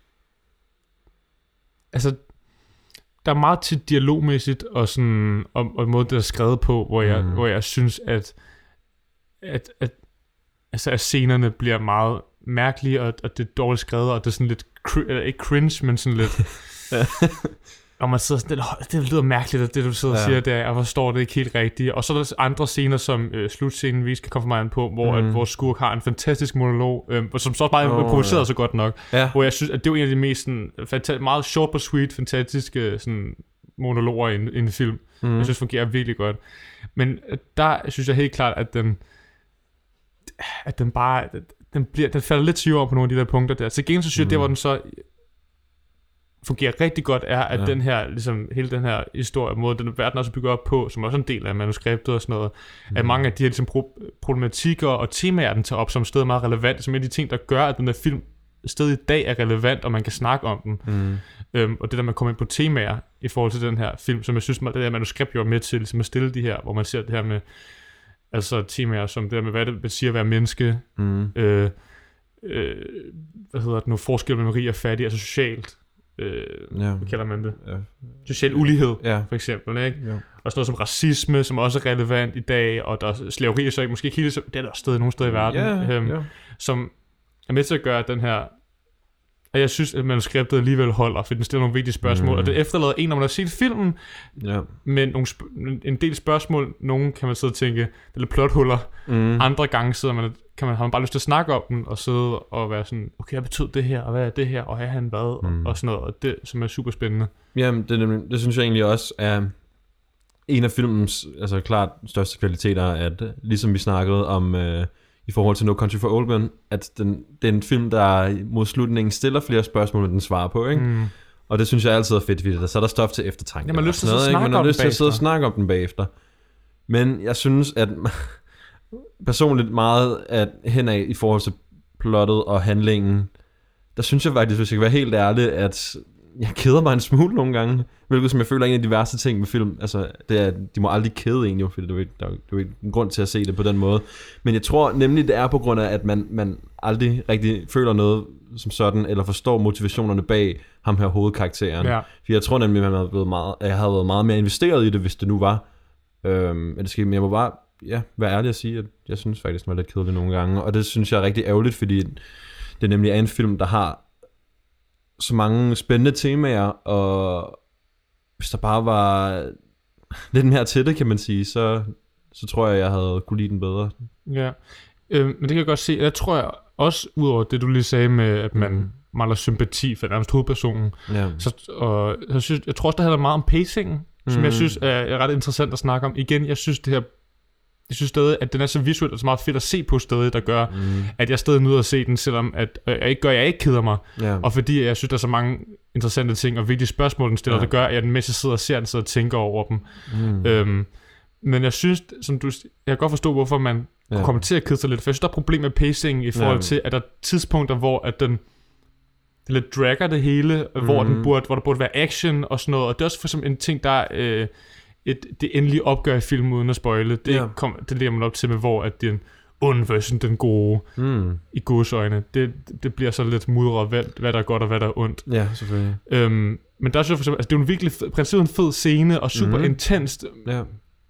altså der er meget til dialogmæssigt og sådan og måde det er skrevet på, hvor jeg synes at scenerne bliver meget mærkelige, og det er dårligt skrevet, og det er sådan lidt ikke cringe, men sådan lidt og man sidder sådan, det lyder mærkeligt, det du sidder og siger der, jeg forstår det ikke helt rigtigt. Og så er der andre scener, som slutscenen vi skal komme for mig på, hvor vores skurk har en fantastisk monolog, som så også meget improviseret så godt nok, hvor jeg synes, at det var en af de mest sådan, meget short but sweet, fantastiske sådan, monologer i en film. Jeg synes, fungerer virkelig godt. Men der synes jeg helt klart, at den bare, den falder lidt syre over på nogle af de der punkter der. Så igen så synes jeg, det hvor den så fungerer rigtig godt, er, at den her, ligesom hele den her historie, måde den verden også bygger op på, som også er en del af manuskriptet og sådan noget, at mange af de her ligesom, problematikker og temaer, den tager op som sted meget relevant, som en af de ting, der gør, at den her film stadig i dag er relevant, og man kan snakke om den. Og det der, man kommer ind på temaer i forhold til den her film, som jeg synes, det der manuskript jo er med til ligesom at stille de her, hvor man ser det her med, altså temaer som det der med, hvad det vil sige at være menneske, hvad hedder det nu, forskel mellem rig og fattig, altså socialt, hvad kalder man det? Social ulighed, for eksempel, ikke? Og sådan noget som racisme, som også er relevant i dag, og der er slaveri, så måske ikke helt, det er der stadig nogle steder i verden, som er med til at gøre den her, og jeg synes, at manuskriptet alligevel holder, for den stiller nogle vigtige spørgsmål, og det efterlader en, når man har set filmen, men en del spørgsmål, nogen kan man sidde og tænke, eller plothuller, andre gange har man bare lyst til at snakke om den, og sidde og være sådan, okay, hvad betød det her, og hvad er det her, og har han hvad, og sådan noget, og det, som er super spændende. Jamen, det synes jeg egentlig også er en af filmens, altså klart største kvaliteter, at ligesom vi snakkede om i forhold til No Country for Old Men, at det er en film, der mod slutningen stiller flere spørgsmål, end den svarer på, ikke? Og det synes jeg altid er fedt, fordi så er der stof til eftertanke. Ja, man har lyst til at sidde og snakke om den bagefter. Men jeg synes, at personligt meget at henad i forhold til plottet og handlingen, der synes jeg faktisk, hvis jeg kan være helt ærlig, at jeg keder mig en smule nogle gange, hvilket som jeg føler er en af de værste ting med film. Altså, det er, de må aldrig kede en jo, fordi der er jo ikke en grund til at se det på den måde. Men jeg tror nemlig, det er på grund af, at man aldrig rigtig føler noget som sådan, eller forstår motivationerne bag ham her hovedkarakteren. Ja. For jeg tror nemlig, at jeg havde været meget mere investeret i det, hvis det nu var. Men jeg må bare være ærlig at sige, at jeg synes faktisk, det var lidt kedeligt nogle gange. Og det synes jeg er rigtig ærgerligt, fordi det nemlig er en film, der har så mange spændende temaer, og hvis der bare var lidt mere til det, kan man sige, så tror jeg havde kunne lide den bedre. Ja, men det kan jeg godt se. Jeg tror jeg også, udover det du lige sagde med, at man mangler sympati for nærmest hovedpersonen, jeg tror også, der handler meget om pacingen, som jeg synes er ret interessant at snakke om. Igen, jeg synes stadig, at den er så visuelt og så meget fedt at se på stadig, der gør, at jeg stadig nyder at se den, selvom at jeg ikke keder mig. Og fordi jeg synes, der er så mange interessante ting og vigtige spørgsmål, den stiller, der gør, at jeg mens jeg sidder og ser den, sidder og tænker over dem. Men jeg synes, jeg kan godt forstå, hvorfor man kommer til at kede sig lidt, for jeg synes, der er problem med pacing i forhold til, at der er tidspunkter, hvor at den lidt dragger det hele, hvor der burde være action og sådan noget, og det er også for eksempel en ting, der er det endelige opgør i filmen uden at spoile. Det lægger man op til med, hvor at den onde version, den gode i godsøjne, det bliver så lidt mudret, hvad der er godt og hvad der er ondt. Ja, selvfølgelig. Men der er så for eksempel, altså det er jo en virkelig princippet en fed scene og super intenst. Ja.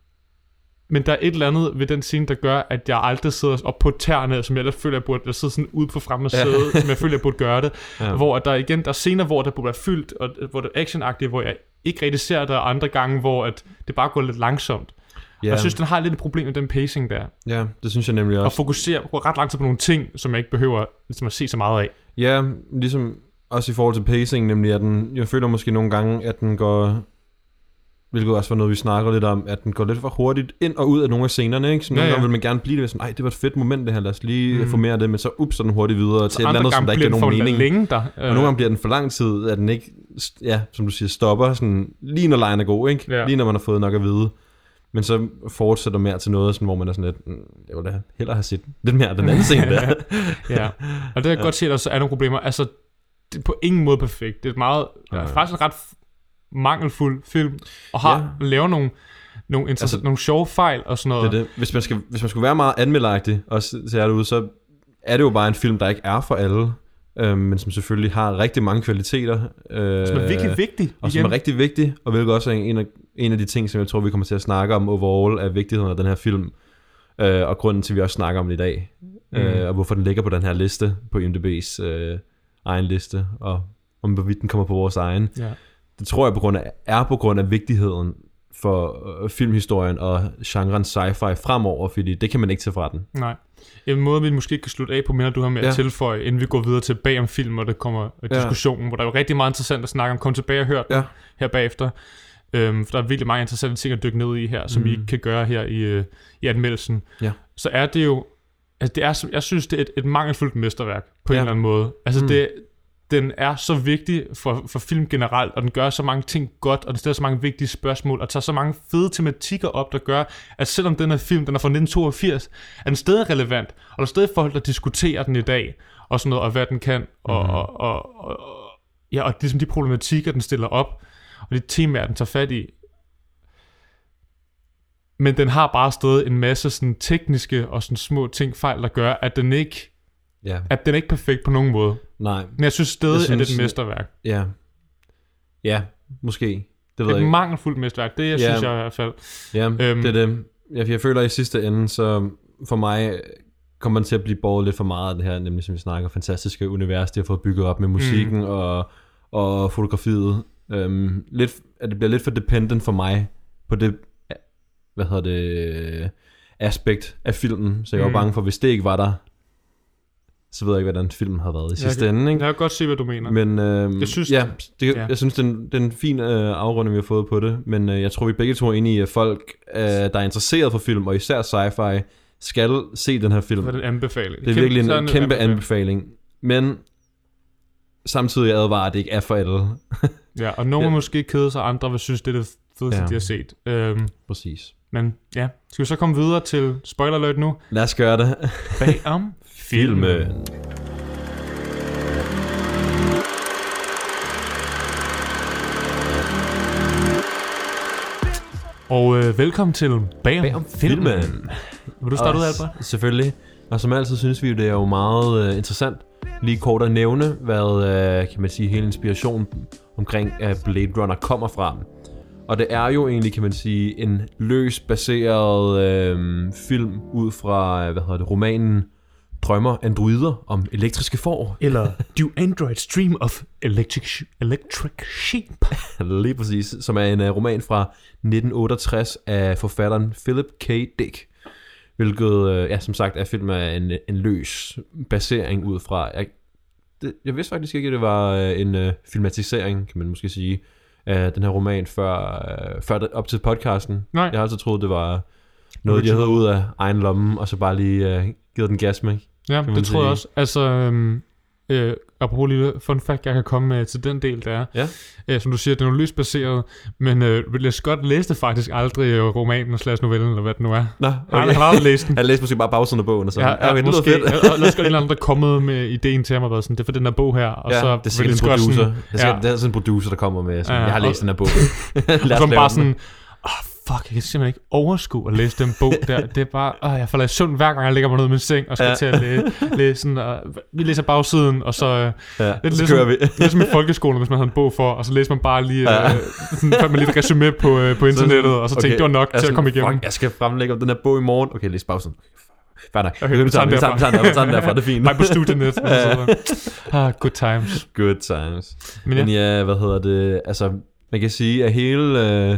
Men der er et eller andet ved den scene, der gør, at jeg aldrig sidder op på tæerne, som jeg ellers føler, jeg sidder sådan ude på fremme af sædet, som jeg føler, jeg burde gøre det. Hvor der igen, der er scener, hvor der burde være fyldt, og hvor det er actionagtigt, hvor jeg ikke rigtig ser det, og andre gange, hvor at det bare går lidt langsomt. Og jeg synes, den har lidt et problem med den pacing der. Ja, det synes jeg nemlig også. Og fokusere ret lang tid på nogle ting, som jeg ikke behøver ligesom at se så meget af. Ja, ligesom også i forhold til pacing, nemlig at jeg føler måske nogle gange, at den går, hvilket også var noget, vi snakker lidt om, at den går lidt for hurtigt ind og ud af nogle af scenerne, ikke? Så nogle gange vil man gerne blive det, sådan, ej, det var et fedt moment det her, lad os lige få mere af det, men så så den hurtigt videre til et eller andet, som der ikke giver nogen mening. Længe, og nogle gange bliver den for lang tid, at den ikke, som du siger, stopper, sådan, lige når lejen er god, ikke? Ja. Lige når man har fået nok at vide. Men så fortsætter mere til noget, sådan, hvor man er sådan lidt, jeg vil da hellere have set lidt mere af den anden scene der. Ja, og det kan jeg godt se, at der så er nogle problemer. Altså, det er på ingen måde perfekt. Det er meget, faktisk en ret mangelfuld film, og laver nogle sjove fejl og sådan noget. Det. Hvis man skulle være meget anmelderagtig, også til derude, så er det jo bare en film, der ikke er for alle, men som selvfølgelig har rigtig mange kvaliteter. Som er virkelig vigtig. Og som er rigtig vigtig, og hvilket også er en af de ting, som jeg tror, vi kommer til at snakke om overall, af vigtigheden af den her film, og grunden til, at vi også snakker om det i dag, og hvorfor den ligger på den her liste, på IMDb's egen liste, og om hvorvidt den kommer på vores egen. Ja. Det tror jeg på grund af vigtigheden for filmhistorien og genren sci-fi fremover, fordi det kan man ikke tage fra den. Nej. En måde, vi måske kan slutte af på, mener du har med at tilføje, inden vi går videre til bag om film, og der kommer diskussionen, hvor der er jo rigtig meget interessant at snakke om. Kom tilbage og hør den her bagefter. For der er virkelig mange interessante ting at dykke ned i her, som vi ikke kan gøre her i anmeldelsen. Ja. Så er det jo, altså jeg synes, det er et mangelfuldt mesterværk på en eller anden måde. Altså den er så vigtig for film generelt, og den gør så mange ting godt, og den stiller så mange vigtige spørgsmål, og tager så mange fede tematikker op, der gør, at selvom den her film, den er fra 1982, er den stadig relevant, og der er stadig folk, der diskuterer den i dag, og sådan noget, og hvad den kan, og ligesom de problematikker, den stiller op, og de temaer, den tager fat i. Men den har bare stadig en masse sådan tekniske og sådan små fejl, der gør, at den ikke at den er ikke perfekt på nogen måde. Nej. Men jeg synes stadig, at det er et mesterværk. Ja, måske. Det ved jeg ikke. Et mangelfuldt mesterværk, det synes jeg i hvert fald. Ja, det er det. Jeg føler i sidste ende, så for mig kommer man til at blive båret lidt for meget af det her, nemlig som vi snakker, fantastiske univers, det har fået bygget op med musikken og fotografiet. At det bliver lidt for dependent for mig på det, aspekt af filmen, så jeg var bange for, hvis det ikke var der, så ved jeg ikke, hvordan filmen har været i sidste ende. Ikke? Jeg kan godt se, hvad du mener. Men jeg synes, jeg synes det er en fin afrunding, vi har fået på det. Men jeg tror, vi begge to er enige i, at folk, der er interesseret for film, og især sci-fi, skal se den her film. Det er en anbefaling. Det er virkelig en kæmpe anbefaling. Men samtidig advarer, at det ikke er for alle. Ja, og nogle måske kede sig, andre vil synes, det er det fedeste, de har set. Præcis. Men ja, skal vi så komme videre til spoiler alert nu? Lad os gøre det. Bag om filmen. Og velkommen til Bag om filmen. Vil du starte ud, Albert? Selvfølgelig. Og som altid synes vi, det er jo meget interessant lige kort at nævne, hvad kan man sige, hele inspirationen omkring Blade Runner kommer fra. Og det er jo egentlig, kan man sige, en løs baseret film ud fra, romanen Drømmer androider om elektriske får. Eller Do Androids Dream of Electric Sheep. Lige præcis, som er en roman fra 1968 af forfatteren Philip K. Dick. Hvilket, som sagt, er film af en løs basering ud fra. Jeg vidste faktisk ikke, at det var en filmatisering, kan man måske sige, af den her roman før op til podcasten. Nej. Jeg har altid troet, det var noget, de havde ud af egen lomme, og så bare lige givet den gas med. Ja, det tror jeg også. Altså, apropos lille fun fact, jeg kan komme med til den del, der er. Som du siger, det er løst baseret, men Ridley Scott læste faktisk aldrig romanen / novellen, eller hvad det nu er. Nå, okay. Han har aldrig læst den. Han læste måske bare bagsiden af bogen, og så okay, det måske. Lad os godt en eller anden, der kommet med ideen til ham, og været sådan, det er for den her bog her, og så det er en producer. Det er sådan en producer, der kommer med, sådan, jeg har læst den her bog. Som bare sådan, fuck, jeg kan simpelthen ikke overskue at læse den bog der. Det er bare, jeg falder i søvn hver gang jeg ligger mig ned med min seng og skal til at læse sådan, og vi læser bagsiden, og så lidt så kører vi. Ligesom i folkeskolen, hvis man havde en bog for, og så læser man bare lige sådan, med lidt resume på internettet, og så tænkte det var nok til at komme igennem. Fuck, jeg skal fremlægge om den her bog i morgen. Okay, læs bagsiden. Fair nok. Okay, vi tager den derfra, det er fint. Nej, på studienet. Good times. Good times. Men altså, man kan sige, at hele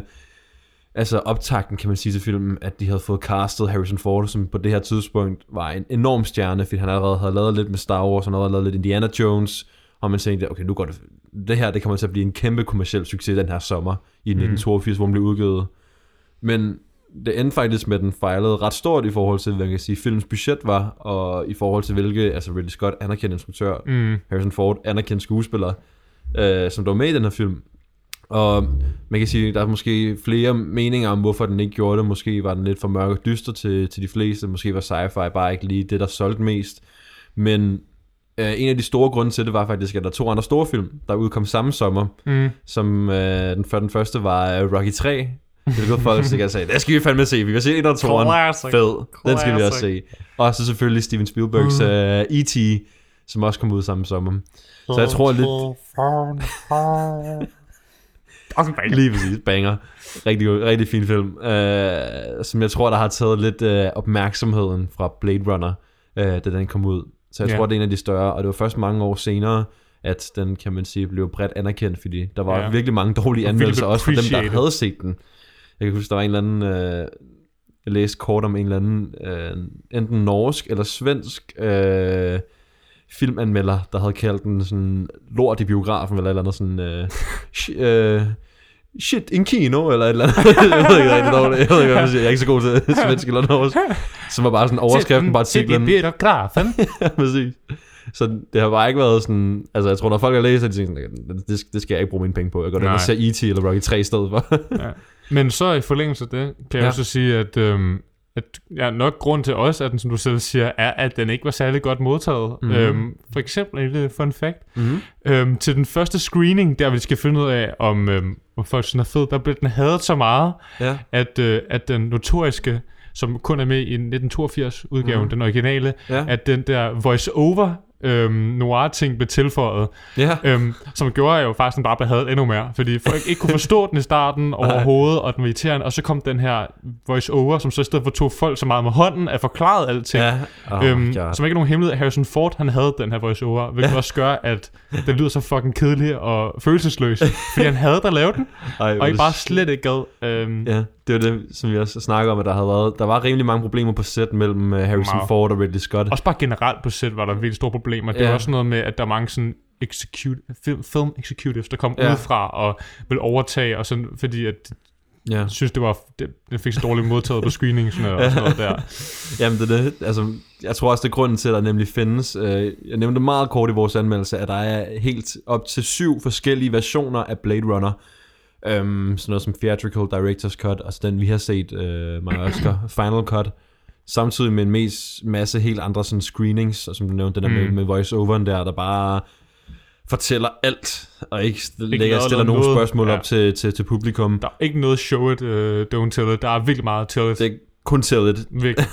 optakten, kan man sige til filmen, at de havde fået castet Harrison Ford, som på det her tidspunkt var en enorm stjerne, fordi han allerede havde lavet lidt med Star Wars, han havde lavet lidt Indiana Jones, og man tænkte, okay, nu går det her, det kommer til at blive en kæmpe kommerciel succes den her sommer i 1982, hvor den blev udgivet. Men det endte faktisk med, at den fejlede ret stort i forhold til, hvad man kan sige, filmens budget var, og i forhold til hvilke, altså Ridley Scott, anerkendt instruktør, Harrison Ford, anerkendt skuespiller, som der var med i den her film. Og man kan sige, der er måske flere meninger om, hvorfor den ikke gjorde det. Måske var den lidt for mørk og dyster til de fleste. Måske var sci-fi bare ikke lige det, der solgte mest. Men en af de store grunde til det var faktisk, at der er 2 andre store film, der udkom samme sommer. Som den første var Rocky 3. Det var folk sikkert sagde, det skal vi fandme se. Vi vil se 1 og 2'eren. Fed. Den skal vi også se. Og så selvfølgelig Steven Spielbergs E.T., som også kom ud samme sommer. Så jeg tror lidt... Lige præcis, banger. Rigtig fin film, som jeg tror, der har taget lidt opmærksomheden fra Blade Runner, da den kom ud. Så jeg tror, det er en af de større, og det var først mange år senere, at den, kan man sige, blev bredt anerkendt, fordi der var virkelig mange dårlige anmeldelser, også for dem, der havde set den. Jeg kan huske, der var en eller anden, jeg læste kort om en eller anden, enten norsk eller svensk filmanmelder, der havde kaldt den sådan lort i biografen, eller et eller andet sådan shit in kino, eller et eller andet. Jeg ved ikke rigtig dårligt. Jeg ved ikke, hvad man siger. Jeg er ikke så god til svensk eller norsk. Som var bare sådan overskriften, bare artiklen. Det er biografen. Ja, præcis. Så det har bare ikke været sådan, altså jeg tror, når folk har læst, de tænker sådan, det skal jeg ikke bruge mine penge på. Jeg går den og ser E.T. eller Rocky 3 i stedet for. Men så i forlængelse af det, kan jeg også sige, at nok grund til også, at den, som du selv siger, er, at den ikke var særlig godt modtaget. For eksempel en lille fun fact. Til den første screening, der vi skal finde ud af, om folk synes er fed, der blev den hadet så meget, at den notoriske, som kun er med i 1982 udgaven, den originale, at den der voice-over noir-ting blev tilføjet, som gjorde jo faktisk, den bare blev hadet endnu mere, fordi folk ikke kunne forstå den i starten overhovedet, og den var irriterende, og så kom den her voice-over, som så i stedet for tog folk så meget med hånden, at forklarede alting, som ikke er nogen hemmelighed. Harrison Ford, han havde den her voice-over, hvilket også gør, at den lyder så fucking kedelig og følelsesløs, fordi han havde der lavet den, og ikke bare slet ikke gad. Det var det, som vi også snakker om, at der var rimelig mange problemer på set mellem Harrison Ford og Ridley Scott. Også bare generelt på set var der virkelig store problemer. Det var også noget med, at der er mange sådan film executives, der kom udefra og ville overtage, og sådan, fordi at synes, det fik så dårligt modtaget på screening og sådan noget der. Jamen det. Altså, jeg tror også, det er grunden til, at der nemlig findes. Jeg nævnte meget kort i vores anmeldelse, at der er helt op til 7 forskellige versioner af Blade Runner. Sådan noget som Theatrical Director's Cut, altså den vi har set, mange Oscar, Final Cut, samtidig med en masse helt andre sådan screenings, og som du nævnte, den der med voice-overen der bare fortæller alt, og ikke stiller nogen spørgsmål op til publikum. Der er ikke noget show it, don't tell it. Der er virkelig meget tell it. Det er kun tell it. Virkelig.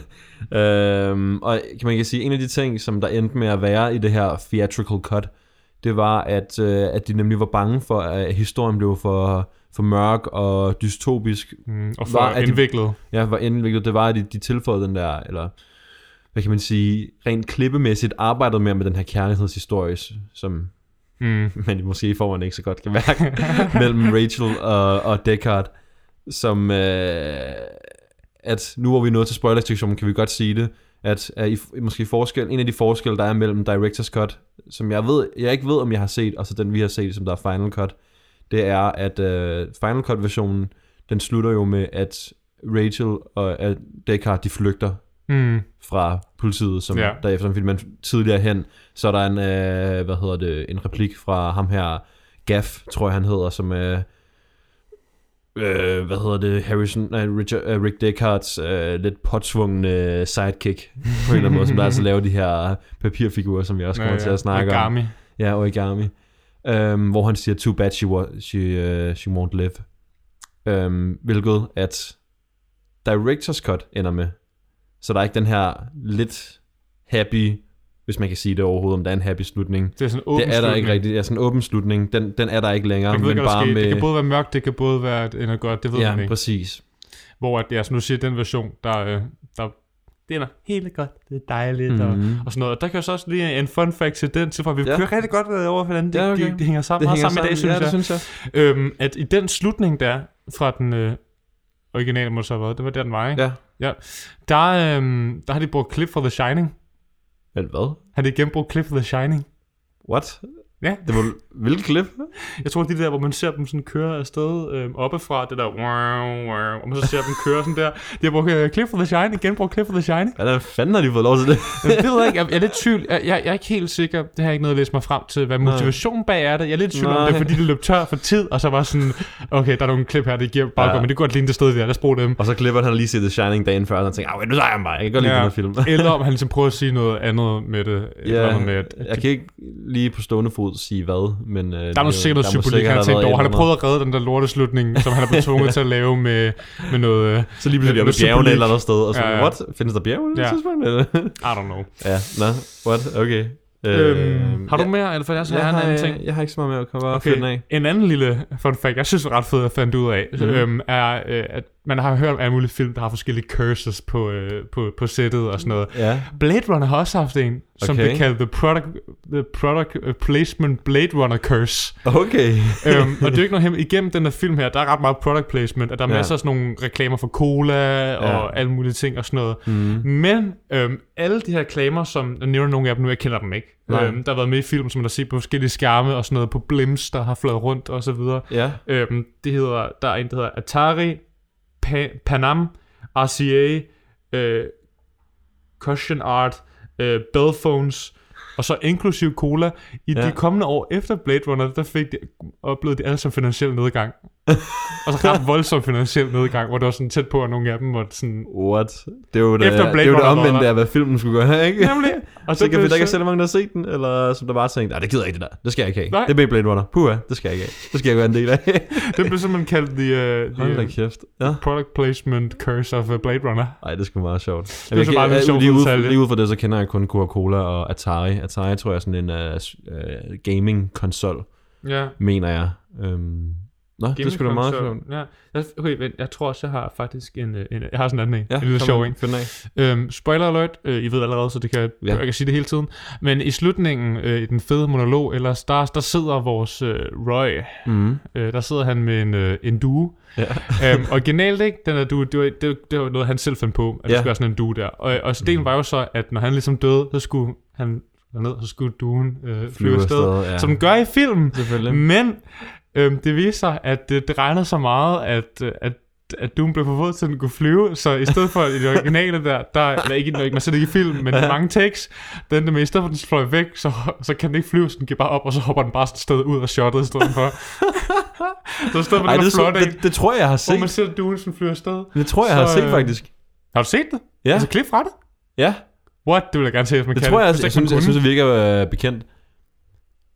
Og man kan sige, en af de ting, som der endte med at være i det her theatrical cut, det var, at de nemlig var bange for, at historien blev for mørk og dystopisk. Og for indviklet. Var indviklet. Det var, at de tilføjede den der, eller hvad kan man sige, rent klippemæssigt arbejdede mere med den her kærlighedshistorie, som man måske i forvejen ikke så godt kan mærke, mellem Rachel og Deckard, som at nu hvor vi er nået til spoiler-sektionen, kan vi godt sige det, at måske en af de forskelle, der er mellem Director's Cut, som jeg ikke ved, om jeg har set, og så den vi har set, som der er Final Cut, det er, at Final Cut-versionen, den slutter jo med, at Rachel og Deckard, de flygter fra politiet, som derefter, som man tidligere hen, så er der en, en replik fra ham her, Gaff, tror jeg han hedder, som Rick Deckards lidt påtvungne sidekick på en eller anden måde, som der altså laver de her papirfigurer, som vi også kommer til at snakke origami. om. Ja, origami. Hvor han siger, too bad she won't live. Hvilket at Director's Cut ender med. Så der er ikke den her lidt happy, hvis man kan sige det overhovedet, om der er en happy slutning. Det er sådan en åben slutning. Det er der ikke rigtigt. Det er sådan en åben slutning. Den er der ikke længere. Men bare med... Det kan både være mørkt, det kan både være noget godt, det ved man ikke. Ja, præcis. Hvor at, nu siger den version, der det ender helt godt, det er dejligt og sådan noget. Og der kan jo så også lige en fun fact til den, for vi kører rigtig godt over, hvordan det hænger sammen. Det hænger sammen i dag, synes jeg. At i den slutning der, fra den originale må så have været, det var der den var, ikke? Ja. Der har de brugt klip fra The Shining. Men hvad? Har de genbrugt klip fra The Shining? What? Ja. Det var hvilket klip? Jeg tror, de der, hvor man ser dem sådan køre afsted oppefra, det der, og man så ser dem køre sådan der. De har brugt klip fra The Shining, genbrugt klip fra The Shining. Ja, der fanden har de fået lov til det? Det ved jeg ikke, jeg er lidt tvivl. Jeg er ikke helt sikker, det har jeg ikke noget at læse mig frem til, hvad motivationen bag er det. Jeg er lidt tvivl om det, fordi det løb tør for tid, og så var sådan, okay, der er nogle klip her, det giver baggrund, men det går godt ligne det sted der, lad os bruge dem. Og så klipper han lige set The Shining dagen før, og han tænker, nu tager jeg mig, jeg kan godt lide den her film. Eller om han ligesom prøver at sige noget andet med det. Jeg kan ikke lige på stående fod sige hvad, men der er noget sikkert noget symbolik, han har tænkt over. Han har prøvet at redde den der lorteslutning, som han er blevet tvunget til at lave med noget. Så lige pludselig er vi bjergene et eller andet sted, og så, what? Findes der bjerge? I don't know. Ja, what? Okay. Har du mere, eller for jeg så har en anden ting? Jeg har ikke så meget mere at komme af. En anden lille fun fact, jeg synes er ret fedt at finde ud af, er, at man har hørt om alle mulige film, der har forskellige curses på sættet og sådan noget. Ja. Blade Runner har også haft en, som bliver kaldt The Product Placement Blade Runner Curse. Okay. Og det er ikke noget igennem den her film her, der er ret meget product placement, og der er masser af sådan nogle reklamer for cola og alle mulige ting og sådan noget. Men alle de her reklamer, som jeg nævner nogle af dem nu, jeg kender dem ikke. Der har været med i film, som man har set på forskellige skærme og sådan noget, på blimps, der har fløjet rundt og så videre. Det hedder, der er en, der hedder Atari, Panam, RCA, Cushion Art, Bell Phones, og så inklusiv cola. I de kommende år efter Blade Runner, der oplevede de alle som finansiel nedgang. Og så ret voldsom finansiel nedgang, hvor det var sådan tæt på, at nogle af dem måtte sådan... What? Det er jo det omvendte af, hvad filmen skulle gøre, ikke? Nemlig. Og så kan vi da ikke selv mange, der har set den, eller som der bare tænkte, nej, det gider jeg ikke det der. Det skal jeg ikke have. Nej. Det bliver Blade Runner. Puha, det skal jeg ikke have. Det skal jeg være en del af. Det blev simpelthen kaldt the product placement curse of Blade Runner. Nej, det er sgu meget sjovt. Det er så meget en sjov detalje. Lige ud fra det, så kender jeg kun Coca-Cola og Atari. Atari tror jeg er sådan en gaming-konsol, mener jeg. Nå, det skulle da meget sjovt. Ja. Okay, jeg tror også, jeg har faktisk jeg har sådan en anden en lille sjov en. Spoiler alert, I ved allerede, så det kan jeg kan sige det hele tiden. Men i slutningen, i den fede monolog, ellers, der sidder vores Roy. Der sidder han med en due. Originalt, ikke? Den der due, det var noget, han selv fandt på, at det skulle være sådan en due der. Og delen var jo så, at når han ligesom døde, så skulle han ned, så skulle duen flyve afsted. Som den gør i filmen. Men... det viser sig, at det regnede så meget, at Doom blev for våd til, at den kunne flyve, så i stedet for i det originale eller ikke, man ser det ikke i film, men mange takes, den der med, i stedet for at den fløj væk, så kan den ikke flyve, så den giver bare op, og så hopper den bare et sted ud af shottet i stedet for. Så i stedet for den flot, det tror jeg har set. Hvor man ser Doom, som flyver afsted. Det tror jeg har set, faktisk. Har du set det? Ja. Altså klip fra det? Ja. What? Det vil jeg gerne se, hvis man det kan tror jeg, jeg synes, det virker bekendt.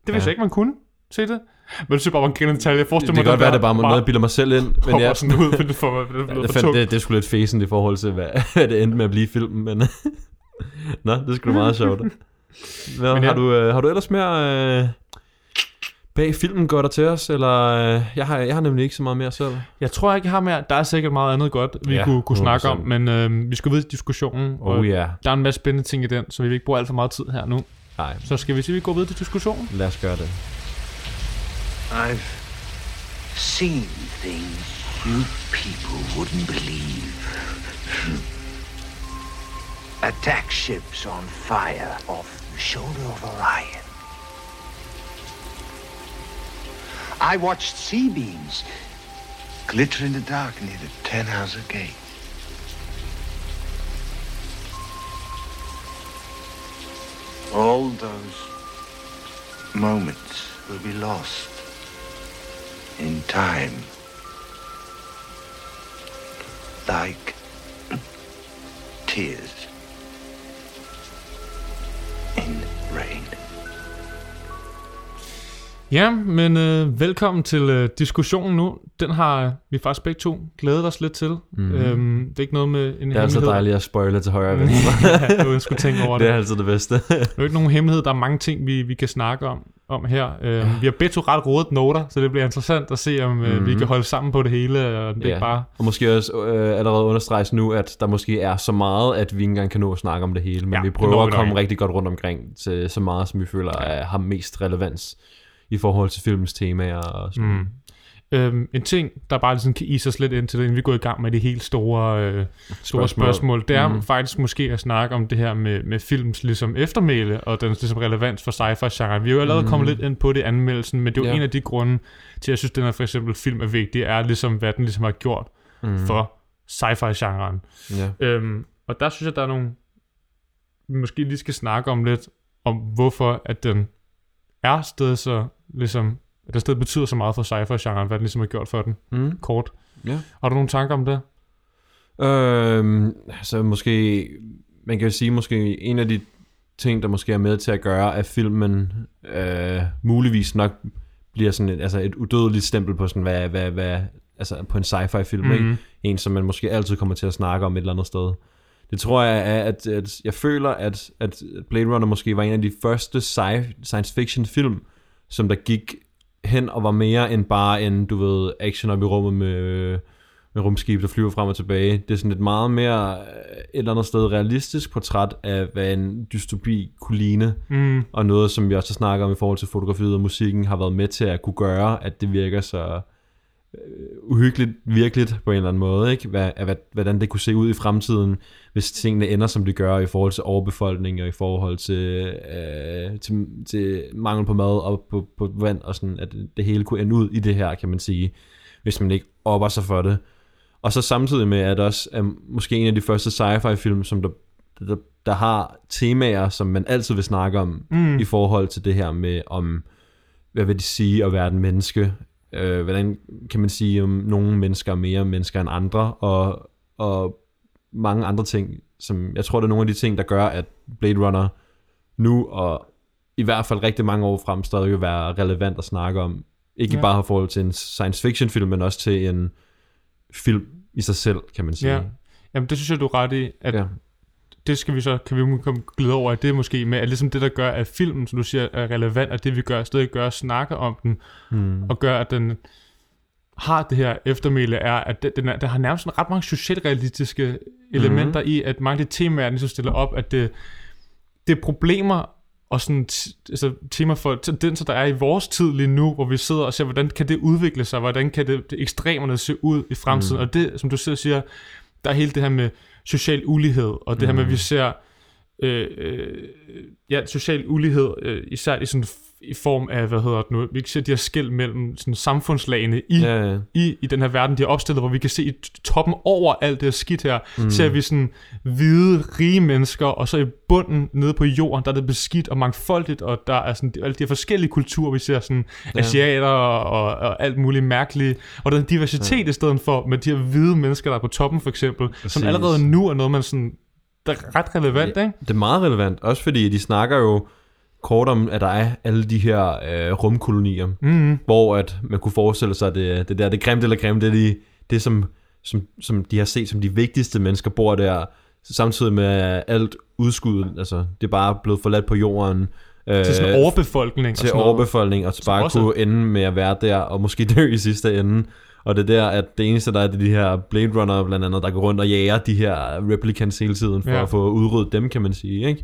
Det vidste jeg ikke, man kunne se det. Men det synes bare, man kender detalje. Jeg forestiller mig, det kan godt være, det bare noget, jeg bilder mig selv ind. Men jeg sådan ud, det er sgu lidt fæsent i forhold til, hvad det endte med at blive filmen. Men nå, det er sgu meget sjovt. Har du ellers mere bag filmen går der til os? Eller jeg har nemlig ikke så meget mere selv. Jeg tror ikke, jeg har mere. Der er sikkert meget andet godt, vi kunne snakke om. Men vi skal videre til diskussionen. Der er en masse spændende ting i den, så vi vil ikke bruge alt for meget tid her nu. Nej. Så skal vi sige, at vi går videre til diskussionen. Lad os gøre det. I've seen things you people wouldn't believe. Attack ships on fire off the shoulder of Orion. I watched sea beams glitter in the dark near the Tannhauser Gate. All those moments will be lost in time, like tears in rain. Ja, men velkommen til diskussionen nu. Den har vi faktisk begge to glædet os lidt til. Det er ikke noget med en hemmelighed. Det er altid dejligt at spoile til højre og venstre. Ja, jeg skulle tænke over det. Det er altid det bedste. Det er jo ikke nogen hemmelighed. Der er mange ting, vi kan snakke om her. Vi har begge to ret rodet noter, så det bliver interessant at se, om vi kan holde sammen på det hele. Og det ikke bare... Og måske også allerede understreges nu, at der måske er så meget, at vi ikke engang kan nå at snakke om det hele. Men vi prøver at komme rigtig godt rundt omkring til så meget, som vi føler har mest relevans i forhold til filmens temaer og sådan. En ting, der bare ligesom kan ise os lidt ind til det, inden vi går i gang med de helt store spørgsmål, det er faktisk måske at snakke om det her med films ligesom eftermæle og dens ligesom relevans for sci-fi-genren. Vi har jo allerede kommet lidt ind på det i anmeldelsen, men det er jo en af de grunde til, at jeg synes, at den her for eksempel film er vigtig, er ligesom, hvad den ligesom har gjort for sci-fi-genren. Og der synes jeg, der er nogle, vi måske lige skal snakke om lidt, om hvorfor at den er stadig så ligesom, at det stadig betyder så meget for sci-fi-genren, hvad den ligesom har gjort for den. Kort. Ja. Har du nogle tanker om det? Så måske, man kan jo sige, måske en af de ting, der måske er med til at gøre, at filmen muligvis nok bliver sådan et udødeligt stempel på sådan, hvad altså på en sci-fi film, ikke? En, som man måske altid kommer til at snakke om et eller andet sted. Det tror jeg er, at jeg føler, at Blade Runner måske var en af de første science fiction film, som der gik hen og var mere end bare en, du ved, action op i rummet med rumskib, der flyver frem og tilbage. Det er sådan et meget mere et eller andet sted realistisk portræt af, hvad en dystopi kunne ligne. Og noget, som vi også snakker om i forhold til fotografiet og musikken, har været med til at kunne gøre, at det virker så uhyggeligt, virkeligt på en eller anden måde, ikke? Hvordan det kunne se ud i fremtiden, hvis tingene ender, som de gør i forhold til overbefolkning og i forhold til mangel på mad og på vand og sådan, at det hele kunne ende ud i det her, kan man sige, hvis man ikke opper sig for det. Og så samtidig med, at også er måske en af de første sci-fi film, som der har temaer, som man altid vil snakke om i forhold til det her med, om hvad vil det sige at være et menneske. Hvordan kan man sige, om nogle mennesker er mere mennesker end andre, og mange andre ting, som jeg tror, det er nogle af de ting, der gør, at Blade Runner nu, og i hvert fald rigtig mange år frem, stadig vil være relevant at snakke om. Ikke bare i forhold til en science fiction film, men også til en film i sig selv, kan man sige. Ja. Jamen det synes jeg, du er ret i, at det skal vi så, kan vi glide over, at det er måske med, at ligesom det, der gør, at filmen, som du siger, er relevant, at det vi gør, stadig gør, snakke om den, og gør, at den har det her eftermæle, er, at den har nærmest ret mange socialrealistiske elementer i, at mange af de temaer, den så stiller op, at det er problemer, og sådan, altså, tema for tendenser, der er i vores tid lige nu, hvor vi sidder og ser, hvordan kan det udvikle sig, hvordan kan det ekstremerne se ud i fremtiden, og det, som du selv siger, der er hele det her med social ulighed, og det her med, at vi ser social ulighed, især i sådan i form af, vi kan se de her skel mellem sådan samfundslagene i den her verden, de har opstillet, hvor vi kan se i toppen over alt det her skidt her, ser vi sådan hvide, rige mennesker, og så i bunden nede på jorden, der er det beskidt og mangfoldigt, og der er sådan alle de her forskellige kulturer, vi ser sådan asiater og alt muligt mærkeligt, og der er en diversitet i stedet for, med de her hvide mennesker, der er på toppen for eksempel, som allerede nu er noget, man sådan, der er ret relevant, ikke? Det er meget relevant, også fordi de snakker jo kort om, at der er alle de her rumkolonier, hvor at man kunne forestille sig, at det grimt eller grimt, det som de har set som de vigtigste mennesker bor der, samtidig med alt udskud, altså det er bare blevet forladt på jorden. Til sådan overbefolkning. Til overbefolkning, og bare også kunne ende med at være der, og måske dø i sidste ende. Og det er der, at det eneste, der er de her Blade Runner blandt andet, der går rundt og jager de her replicants hele tiden, for at få udryddet dem, kan man sige, ikke?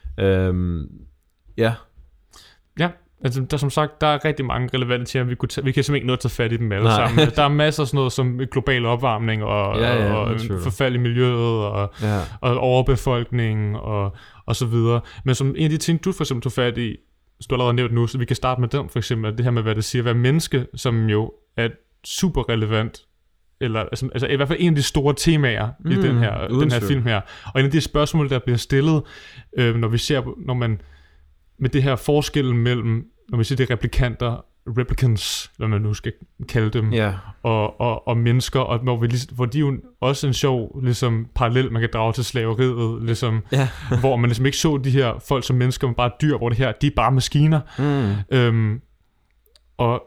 Ja, altså der som sagt, der er rigtig mange relevante temaer, vi kan simpelthen ikke nå at tage fat i dem alle sammen. Der er masser af sådan noget som global opvarmning og forfald i miljøet og overbefolkning og så videre. Men som en af de ting, du for eksempel tog fat i, så du allerede nævnt nu, så vi kan starte med dem for eksempel, det her med, hvad det siger at være menneske, som jo er super relevant, eller altså i hvert fald en af de store temaer i den her film her. Og en af de spørgsmål, der bliver stillet, når vi ser, når man med det her forskel mellem, når vi siger det replicants, hvad man nu skal kalde dem, og mennesker, og hvor de jo også en sjov ligesom parallel, man kan drage til slaveriet, ligesom, hvor man ligesom ikke så de her folk som mennesker, men bare dyr, hvor det her, de er bare maskiner. Og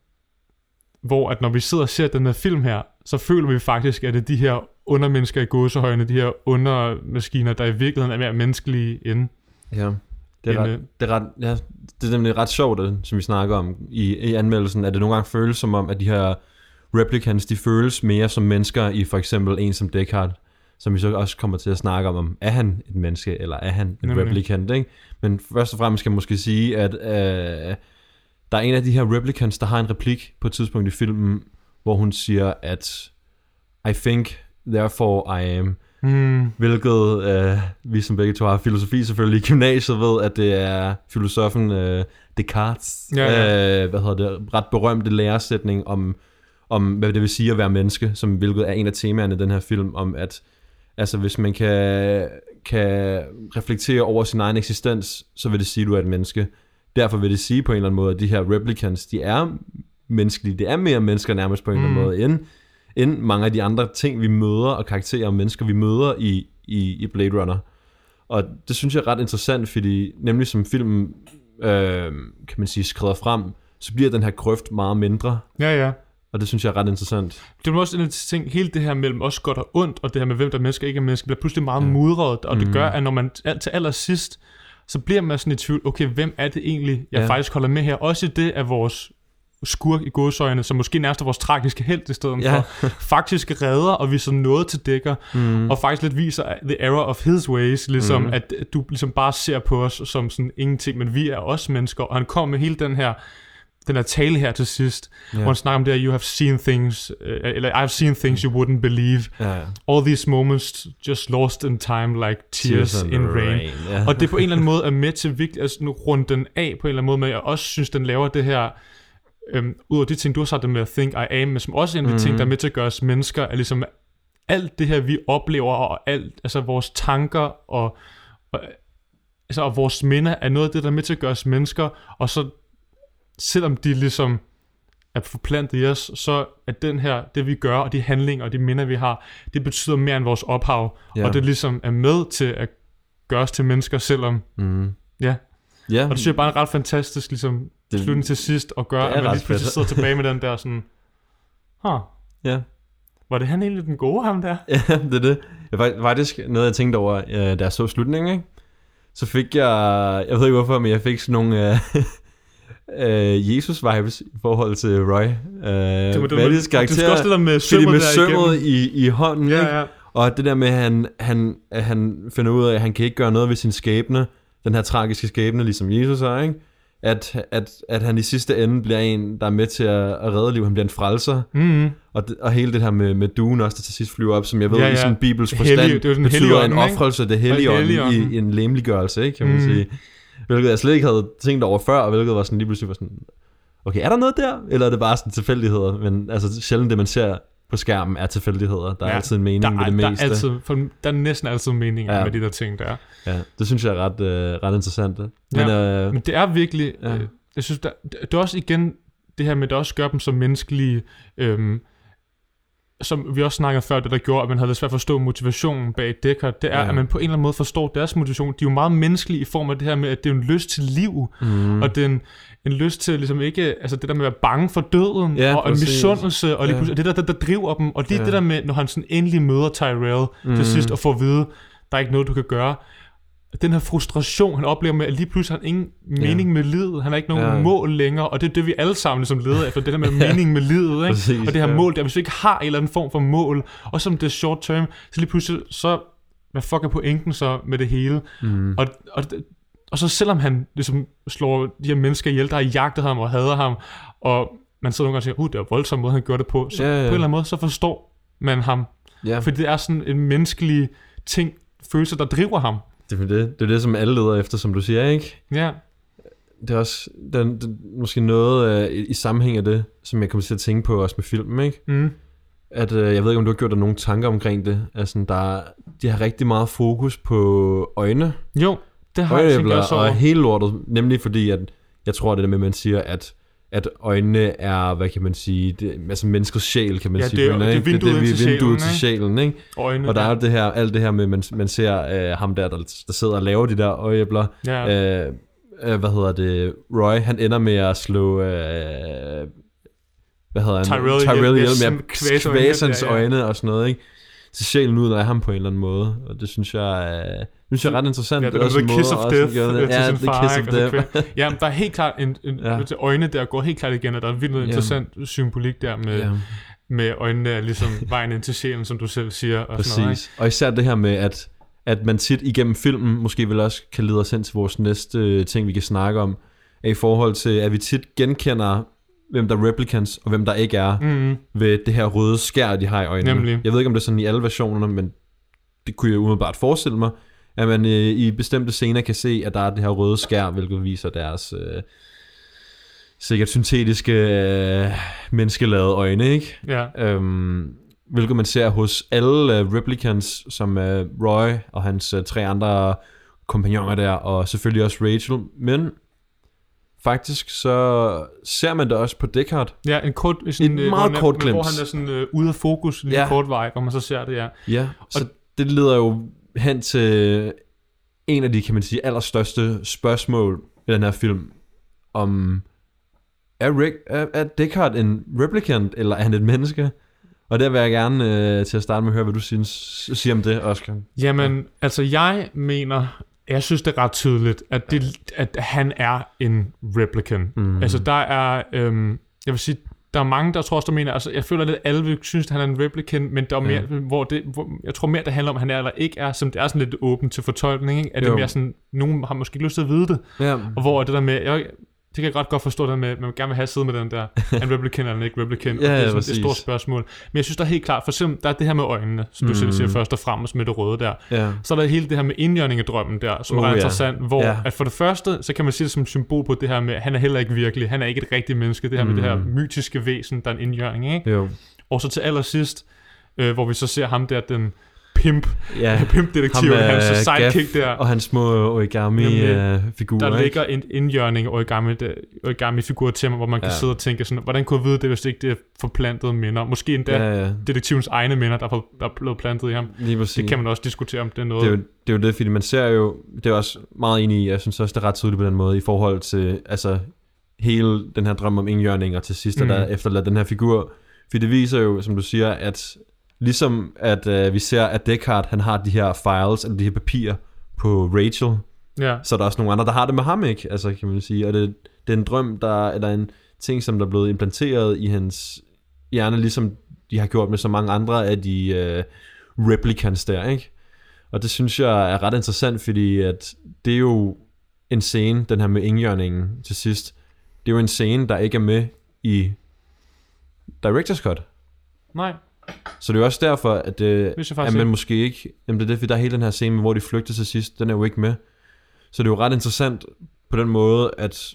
hvor at når vi sidder og ser den her film her, så føler vi faktisk, at det er de her undermennesker i gåsehøjne, de her undermaskiner, der i virkeligheden er mere menneskelige end. Ja. Det er nemlig ret sjovt, som vi snakker om i anmeldelsen, at det nogle gange føles som om, at de her replicants, de føles mere som mennesker i for eksempel en som Deckard, som vi så også kommer til at snakke om er han et menneske, eller er han en replicant, ikke? Men først og fremmest skal man måske sige, at der er en af de her replicants, der har en replik på et tidspunkt i filmen, hvor hun siger, at I think, therefore I am. Hvilket vi som begge to har filosofi selvfølgelig i gymnasiet ved, at det er filosofen Descartes ret berømte læresætning om hvad det vil sige at være menneske, som hvilket er en af temaerne i den her film, om at altså hvis man kan reflektere over sin egen eksistens, så vil det sige at du er et menneske. Derfor vil det sige på en eller anden måde, at de her replicants, de er menneskelige, det er mere mennesker nærmest på en eller anden måde end mange af de andre ting, vi møder, og karakterer og mennesker, vi møder i Blade Runner. Og det synes jeg er ret interessant, fordi nemlig som filmen, kan man sige, skrider frem, så bliver den her grøft meget mindre. Ja. Og det synes jeg er ret interessant. Det er også en af de ting, hele det her mellem os godt og ondt, og det her med, hvem der er mennesker og ikke er mennesker, bliver pludselig meget mudret, og det gør, at når man til allersidst, så bliver man sådan i tvivl, okay, hvem er det egentlig, jeg faktisk holder med her? Også i det af vores skurk i gåseøjne, som måske nærmest er vores tragiske helt i stedet for, faktisk redder og viser noget til Decker, og faktisk lidt viser the error of his ways, ligesom at du ligesom bare ser på os som sådan ingenting, men vi er også mennesker, og han kommer med hele den her tale her til sidst, hvor han snakker om det her, you have seen things, eller I have seen things you wouldn't believe. All these moments just lost in time like tears in rain. Og det på en eller anden måde er med til virkelig at runde den af på en eller anden måde, men jeg også synes, den laver det her, ud af de ting, du har sagt det med at think I am, men som også er en af de ting, der er med til at gøre os mennesker, er ligesom alt det her, vi oplever, og alt, altså vores tanker, og vores minder, er noget af det, der er med til at gøre os mennesker, og så selvom de ligesom er forplantet i os, så er den her, det vi gør, og de handlinger, og de minder, vi har, det betyder mere end vores ophav, og det ligesom er med til at gøre os til mennesker, selvom, og det synes jeg bare er ret fantastisk, ligesom, slutningen til sidst, og gøre, at man lige pludselig sidder tilbage med den der sådan, var det han egentlig den gode, ham der? Ja, det er det. Det var faktisk noget, jeg tænkte over, da jeg så slutningen, ikke? Så fik jeg ved ikke hvorfor, men jeg fik sådan nogle Jesus-vibes i forhold til Roy. Vallis karakter, fordi med sømmet i hånden, ikke? Ja. Og det der med, at han finder ud af, at han kan ikke gøre noget ved sin skæbne, den her tragiske skæbne, ligesom Jesus er, ikke? At han i sidste ende bliver en, der er med til at redde liv. Han bliver en frelser. Og hele det her med duen også, der til sidst flyver op, som jeg ved i sådan en bibelsk forstand, betyder en ofrelse, det helligånden i en lemliggørelse, ikke? Kan man sige. Hvilket jeg slet ikke havde tænkt over før, og hvilket var sådan lige pludselig var sådan, okay, er der noget der? Eller er det bare sådan tilfældigheder? Men altså sjældent det, man ser på skærmen, er tilfældigheder. Der er altid en mening med det meste. Der er næsten altid meninger med de der ting, der. Ja, det synes jeg er ret interessant. Men det er virkelig, jeg synes, det er også igen det her med, at det også gør dem som menneskelige, som vi også snakkede før, det der gjorde, at man havde lidt svært at forstå motivationen bag Deckard, det er, at man på en eller anden måde forstår deres motivation. De er jo meget menneskelige i form af det her med, at det er en lyst til liv, og det er en lyst til ligesom ikke, altså det der med at være bange for døden, og en misundelse, og det der driver dem, og det der med, når han sådan endelig møder Tyrell til sidst, og får at vide, der er ikke noget, du kan gøre. Den her frustration, han oplever med, at lige pludselig har han ingen mening med livet. Han har ikke nogen mål længere, og det er det, vi alle sammen ligesom leder efter, det der med mening med livet, ikke? Præcis, og det her mål, der hvis vi ikke har en eller anden form for mål, og som det er short term, så lige pludselig, så hvad fuck er pointen så med det hele? Og så selvom han ligesom slår de her mennesker ihjel, der har jagtet ham og hader ham, og man sidder nogle gange og siger, det er voldsomt måde, han gjorde det på, så på en eller anden måde, så forstår man ham. Fordi det er sådan en menneskelig ting, følelse, der driver ham. Det er det, som alle leder efter, som du siger, ikke? Ja. Det er også måske noget i sammenhæng af det, som jeg kommer til at tænke på også med filmen, ikke? At jeg ved ikke, om du har gjort dig nogle tanker omkring det. Altså, de har rigtig meget fokus på øjne. Jo, det har jeg tænkt også over. Og hele lortet, nemlig fordi, at jeg tror, det der med, at man siger, at øjnene er, hvad kan man sige, altså menneskets sjæl, kan man sige. Det er vinduet til sjælen, ikke? Øjne, og der er det her, alt det her med, man ser ham der sidder og laver de der øjeæbler. Roy, han ender med at slå, Tyrell ihjel med kvæse hans øjne og sådan noget, ikke? Så sjælen ud af ham på en eller anden måde, og det synes jeg er ret interessant. Ja, det er the kiss of death til sin far. Ja, der er helt klart en øjne der går helt klart igen, og der er vildt interessant symbolik der med øjnene er ligesom vejen ind til sjælen, som du selv siger. Og præcis. Sådan noget, ikke? Og især det her med, at man tit igennem filmen måske vel også kan lede os hen til vores næste ting, vi kan snakke om, er i forhold til, at vi tit genkender, hvem der er replicants, og hvem der ikke er, ved det her røde skær, de har i øjnene. Nemlig. Jeg ved ikke, om det er sådan i alle versionerne, men det kunne jeg umiddelbart forestille mig, at man i bestemte scener kan se, at der er det her røde skær, hvilket viser deres sikkert syntetiske menneskelavede øjne, ikke? Ja. Hvilket man ser hos alle replicants, som Roy og hans 3 andre kompagnoner der, og selvfølgelig også Rachel, men faktisk så ser man det også på Deckard. Ja, et meget kort glimt. Hvor han er sådan ude af fokus, lige kort vej, hvor man så ser det, Ja, så det leder jo hen til en af de, kan man sige, allerstørste spørgsmål i den her film, om er Deckard en replicant, eller er han et menneske? Og der vil jeg gerne til at starte med at høre, hvad du siger om det, Oscar. Jamen, altså jeg synes det er ret tydeligt, at han er en replicant. Altså der er, jeg vil sige, der er mange, der tror også, der mener, altså jeg føler lidt, at alle synes, at han er en replicant, men der er mere, hvor jeg tror mere, det handler om, at han er eller ikke er, som det er sådan lidt åbent til fortolkning, ikke? At det mere sådan, nogen har måske ikke lyst til at vide det, og hvor det der med, det kan jeg ret godt forstå, det med, at man gerne vil have siddet med den der, en replicant eller ikke replicant, det er sådan et stort spørgsmål. Men jeg synes, der er helt klart, for eksempel, der er det her med øjnene, som du selv siger først og fremmest med det røde der. Så er der hele det her med indjørning af drømmen der, som er ret interessant, hvor at for det første, så kan man sige det som symbol på det her med, at han er heller ikke virkelig, han er ikke et rigtigt menneske, det her med det her mytiske væsen, der er en indjørning, ikke? Jo. Og så til allersidst, hvor vi så ser ham der, den pimp-detektiven, hans sidekick der. Og hans små origami-figurer. Der ligger en indjørning origami-figur til mig, hvor man kan sidde og tænke sådan, hvordan kunne jeg vide det, hvis det ikke det er forplantede minder? Måske endda detektivens egne minder, der er blevet plantet i ham. Det kan man også diskutere, om det er noget. Det er jo det, fordi man ser jo, det er også meget enig i, jeg synes også, det er ret tydeligt på den måde, i forhold til altså hele den her drøm om indjørninger til sidst, der efterlader den her figur. For det viser jo, som du siger, at ligesom at vi ser, at Deckard, han har de her files, eller de her papirer på Rachel, så er der også nogle andre, der har det med ham, ikke? Altså, kan man sige. Og det er en drøm, eller en ting, som der er blevet implanteret i hans hjerne, ligesom de har gjort med så mange andre af de replicants der, ikke? Og det synes jeg er ret interessant, fordi at det er jo en scene, den her med indjørningen til sidst, det er jo en scene, der ikke er med i Director's Cut. Nej. Så det er også derfor, at man måske ikke... Jamen det er det, fordi der er hele den her scene, hvor de flygter til sidst, den er jo ikke med. Så det er jo ret interessant på den måde, at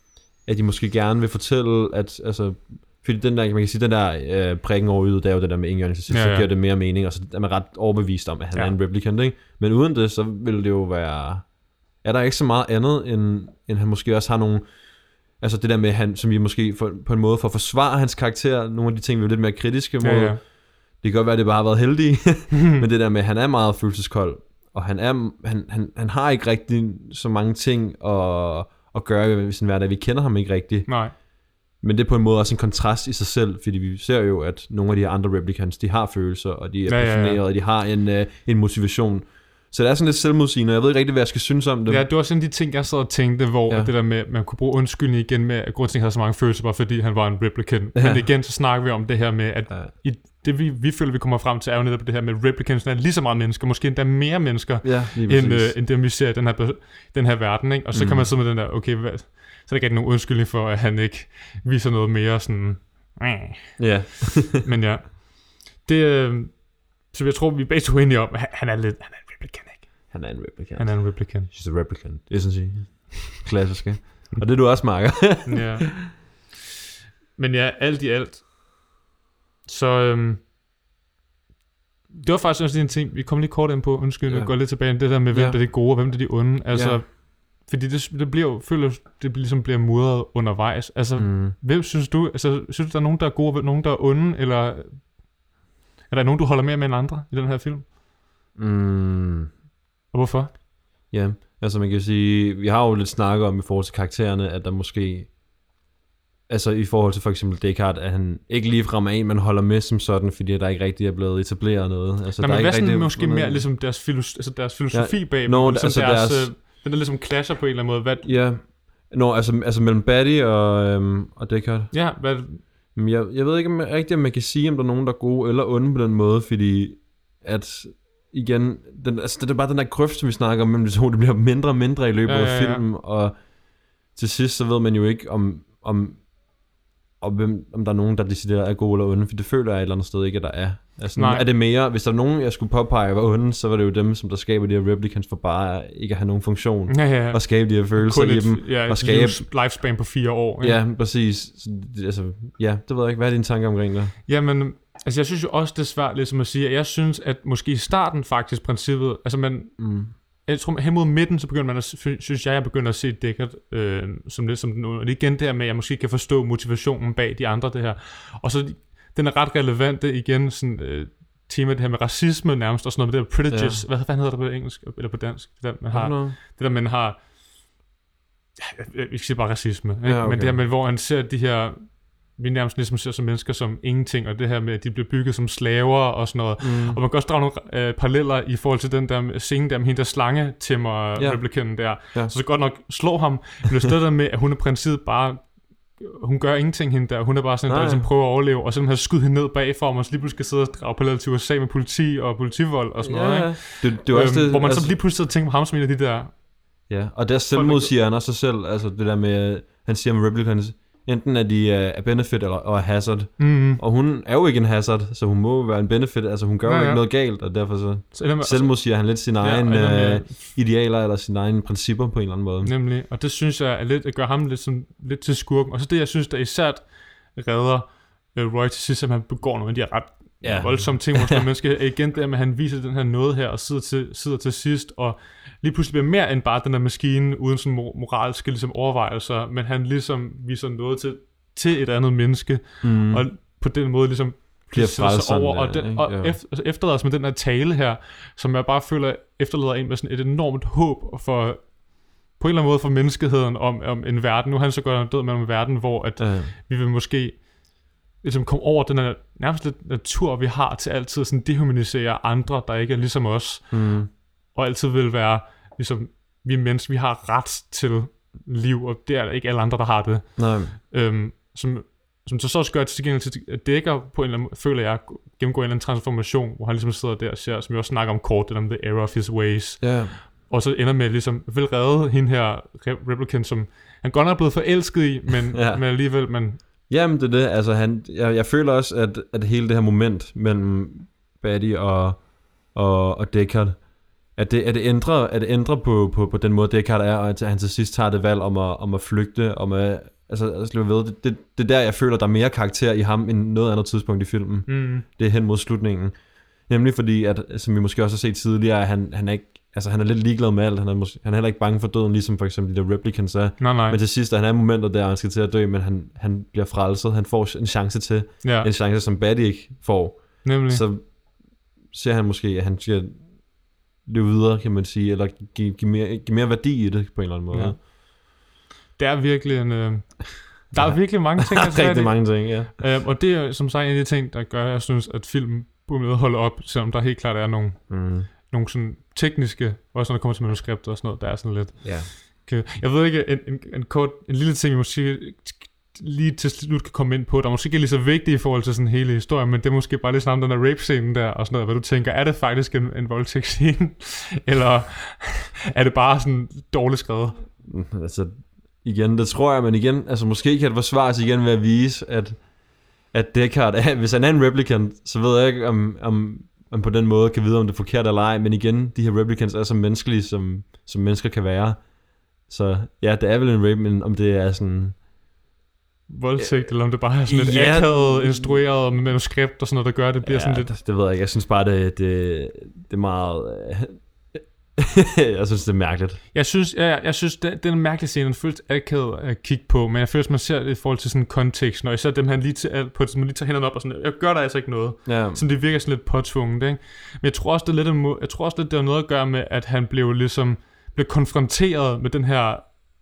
de måske gerne vil fortælle, at altså... Fordi den der, man kan sige, den der prikken over ydet, det er jo det der med indjørning til sidst, så giver det mere mening, og så er man ret overbevist om, at han er en replicant, ikke? Men uden det, så vil det jo være... Er der ikke så meget andet, end han måske også har nogle... Altså det der med, han, som vi måske på en måde får forsvare hans karakter, nogle af de ting, vi er lidt mere kritiske mod... Det kan godt være, at det bare har været heldige, men det der med, at han er meget følelseskold, og han har ikke rigtig så mange ting at gøre i sin hverdag. Vi kender ham ikke rigtig. Nej. Men det er på en måde også en kontrast i sig selv, fordi vi ser jo, at nogle af de her andre replicants, de har følelser, og de er passionerede, og de har en motivation. Så det er sådan lidt selvmodsigende, og jeg ved ikke rigtig, hvad jeg skal synes om det. Ja, det var sådan de ting, jeg sad og tænkte, hvor det der med, at man kunne bruge undskyldning igen med, at Grundsning havde så mange følelser, bare fordi han var en replicant. Ja. Men igen, så snakker vi om det her med, at det vi føler, vi kommer frem til, er jo netop det her med, replicants er lige så meget mennesker, måske endda mere mennesker, end dem, vi ser i den her verden. Ikke? Og så kan man sidde med den der, okay, så er der ikke nogen undskyldning for, at han ikke viser noget mere sådan... Ja. Men ja. Det, så jeg tror, vi er begge to enige om, at han er en replicant, ikke? Han er en replicant. Han er en replicant. She's a replicant, isn't she? Klassisk, ikke? Og det er du også, Marker. Ja. Men ja, alt i alt. Så det var faktisk også en ting, vi kom lige kort ind på, undskyld, jeg går lidt tilbage, det der med, hvem der er de gode, og hvem der er de onde. Altså, fordi det bliver jo, føler det ligesom bliver mudret undervejs. Altså, hvem synes du, synes du, der er nogen, der er gode, og nogen, der er onde, eller er der nogen, du holder mere med end andre i den her film? Og hvorfor? Ja, altså man kan sige, vi har jo lidt snakket om i forhold til karaktererne, at der måske, altså i forhold til for eksempel Deckard, at han ikke ligefrem er en, man holder med som sådan, fordi der ikke rigtig er blevet etableret noget. Altså, nej, der men er hvad ikke sådan måske mere ligesom deres filosofi bag, altså den der ligesom clasher på en eller anden måde. Hvad? Ja, altså mellem Batty og Deckard. Ja, hvad? Jeg ved ikke om man kan sige, om der er nogen, der er gode eller onde på den måde, fordi at igen, det er bare den der grøft, som vi snakker om mellem de to, det bliver mindre og mindre i løbet af filmen, og til sidst så ved man jo ikke om der er nogen, der decideret er gode eller onde, for det føler jeg et eller andet sted ikke, at der er. Altså, er det mere, hvis der er nogen, jeg skulle påpege var onde, så var det jo dem, som der skaber de her replicants for bare ikke at have nogen funktion, og skabe de her følelser i dem, og skabe lifespan på 4 år. Ja, præcis. Altså, det ved jeg ikke. Hvad er dine tanker omkring det? Jamen, altså jeg synes jo også, det er svært ligesom at sige, at jeg synes, at måske i starten faktisk princippet, altså man... Jeg tror, hen mod midten, så begynder man synes jeg begynder at se Deckard som lidt som den onde. Og det er igen det her med, at jeg måske kan forstå motivationen bag de andre, det her. Og så den er ret relevant, det igen sådan tema, det her med racisme nærmest, og sådan noget med det der prejudice. Hvad fanden hedder det på engelsk, eller på dansk? Det der, man har... Jeg siger bare racisme, ikke? Men det her med, hvor han ser de her... Vi nærmest ligesom ser som mennesker som ingenting, og det her med, at de bliver bygget som slaver og sådan noget. Og man kan også drage nogle paralleller i forhold til den der scene der med hende der slangetimmer replikanten der. Så godt nok slår ham, men det støtter med, at hun er princippet bare, hun gør ingenting hende der. Hun er bare sådan, der ligesom prøver at overleve, og så har skudt hende ned bagfor, og man så lige pludselig skal sidde og drage paralleller til USA med politi og politivold og sådan noget. Ikke? Det også det, hvor man så lige pludselig tænker på ham som en af de der... Ja, og der selvmod siger han også sig selv, altså det der med, han siger med replicants, enten er de er benefit eller hazard. Og hun er jo ikke en hazard, så hun må være en benefit. Altså hun gør jo ikke noget galt, og derfor så selvmodsiger han lidt sine egne idealer eller sine egne principper på en eller anden måde. Nemlig, og det synes jeg er lidt, at gør ham lidt til skurken. Og så det jeg synes der især redder Roy til sidst, at han begår nogle af de her ret voldsomme ting hos nogle mennesker. Igen der med, at han viser den her noget her og sidder til sidst og lige pludselig bliver mere end bare den der maskine uden sådan moralske ligesom overvejelser, men han ligesom viser noget til et andet menneske, og på den måde ligesom bliver sig over, og efterlader os med den her tale her, som jeg bare føler efterlader en med sådan et enormt håb for på en eller anden måde for menneskeheden om en verden. Nu er han så godt død med en verden, hvor at vi vil måske ligesom komme over den her nærmest lidt natur, vi har til altid sådan dehumanisere andre, der ikke er ligesom os, og altid vil være ligesom vi mennesker, vi har ret til liv, og det er ikke alle andre, der har det. Som så også gør til gengæld til at Deckard på en eller anden, føler jeg, gennemgår en eller anden transformation, hvor han ligesom sidder der og ser, som vi også snakker om kort, det der med the error of his ways. Og så ender med ligesom, vil redde hende her replicant, som han godt nok er blevet forelsket i, men alligevel, Jamen det er det, altså jeg føler også, at hele det her moment mellem Batty og Deckard, at det ændrer på den måde Deckard er, og at han til sidst tager det valg om at flygte, altså slippe ved. Det er der, jeg føler, der er mere karakter i ham end noget andet tidspunkt i filmen. Det er hen mod slutningen. Nemlig fordi, at, som vi måske også har set tidligere, at han er ikke, altså han er lidt ligeglad med alt. Han er heller ikke bange for døden, ligesom for eksempel de der replicants er. Nej. Men til sidst, han er momenter der, han skal til at dø, men han bliver frelset. Han får en chance til. En chance, som Batty ikke får. Nemlig. Så ser han måske, at han skal løbe videre, kan man sige, eller give mere værdi i det på en eller anden måde. Ja. Det er virkelig en... Der er virkelig mange ting. Der er rigtig mange ting, ja. Og det er som sagt en af de ting, der gør, jeg synes, at filmen burde holde op, selvom der helt klart er nogle sådan tekniske, også når det kommer til manuskripter og sådan noget, der er sådan lidt... Ja. Okay. Jeg ved ikke, en lille ting, vi måske lige til slut kan komme ind på, der måske ikke er lige så vigtigt i forhold til sådan hele historien, men det er måske bare lidt sådan den der rape-scenen der, og sådan noget, hvad du tænker, er det faktisk en voldtægtsscene? Eller er det bare sådan dårligt skrevet? Altså, igen, det tror jeg, men igen, altså måske kan det forsvares igen ved at vise, at Deckard, hvis han er en replicant, så ved jeg ikke, om på den måde kan vide, om det er forkert eller ej, men igen, de her replicants er så menneskelige, som mennesker kan være. Så ja, det er vel en rape, men om det er sådan... voldtægt, eller om det bare er sådan et akavet, instrueret med manuskript og sådan noget, der gør, det bliver sådan lidt... det ved jeg ikke. Jeg synes bare, det er meget... jeg synes, det er mærkeligt. Jeg synes det er en mærkelig scene. Den føles akavet at kigge på, men jeg føler, man ser det i forhold til sådan en kontekst, når især dem, han lige tager hænderne op og sådan, jeg gør der altså ikke noget. Ja. Så det virker sådan lidt påtvunget, ikke? Men jeg tror også, det har noget at gøre med, at han blev konfronteret med den her...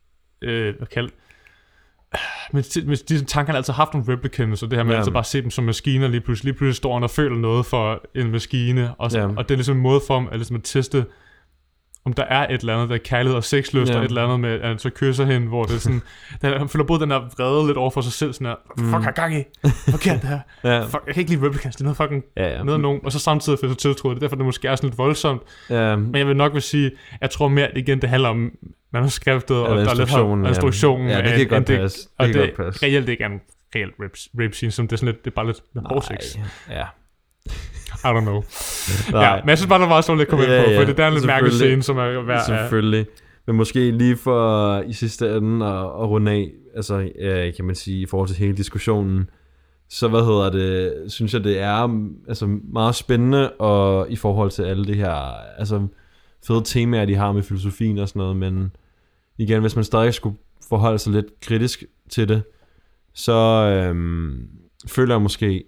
med de tanker, han altid har haft nogle replicants, og det her med altid bare se dem som maskiner, lige pludselig står han og føler noget for en maskine, og det er ligesom en måde for ham at teste, om der er et eller andet, der er kærlighed og sexlyst, og et eller andet med, at han så kysser hende, hvor det er sådan, han føler både den der vrede lidt over for sig selv, sådan her, fuck, har gang i, forkert det her, fuck, jeg kan ikke lide replicants, det er noget fucking, noget af nogen, og så samtidig føler sig tiltroet, det er derfor, det måske er sådan lidt voldsomt, men jeg vil nok vil sige, jeg tror mere, at igen, det handler om manuskriptet, og der er lidt instruktionen, ja, det kan godt passe, og det reelt ikke er en reelt rape scene, som det er sådan lidt, det er bare lidt hårdsex. Ja. I don't know. Ja, men jeg synes bare, der var så lidt at komme ind på, for det er en lidt mærkelig scene, som er værd. Selvfølgelig. Men måske lige for i sidste ende at runde af, altså kan man sige, i forhold til hele diskussionen, så synes jeg, det er altså meget spændende, og i forhold til alle det her, altså fede temaer, de har med filosofien og sådan noget, men igen, hvis man stadig skulle forholde sig lidt kritisk til det, så føler jeg måske,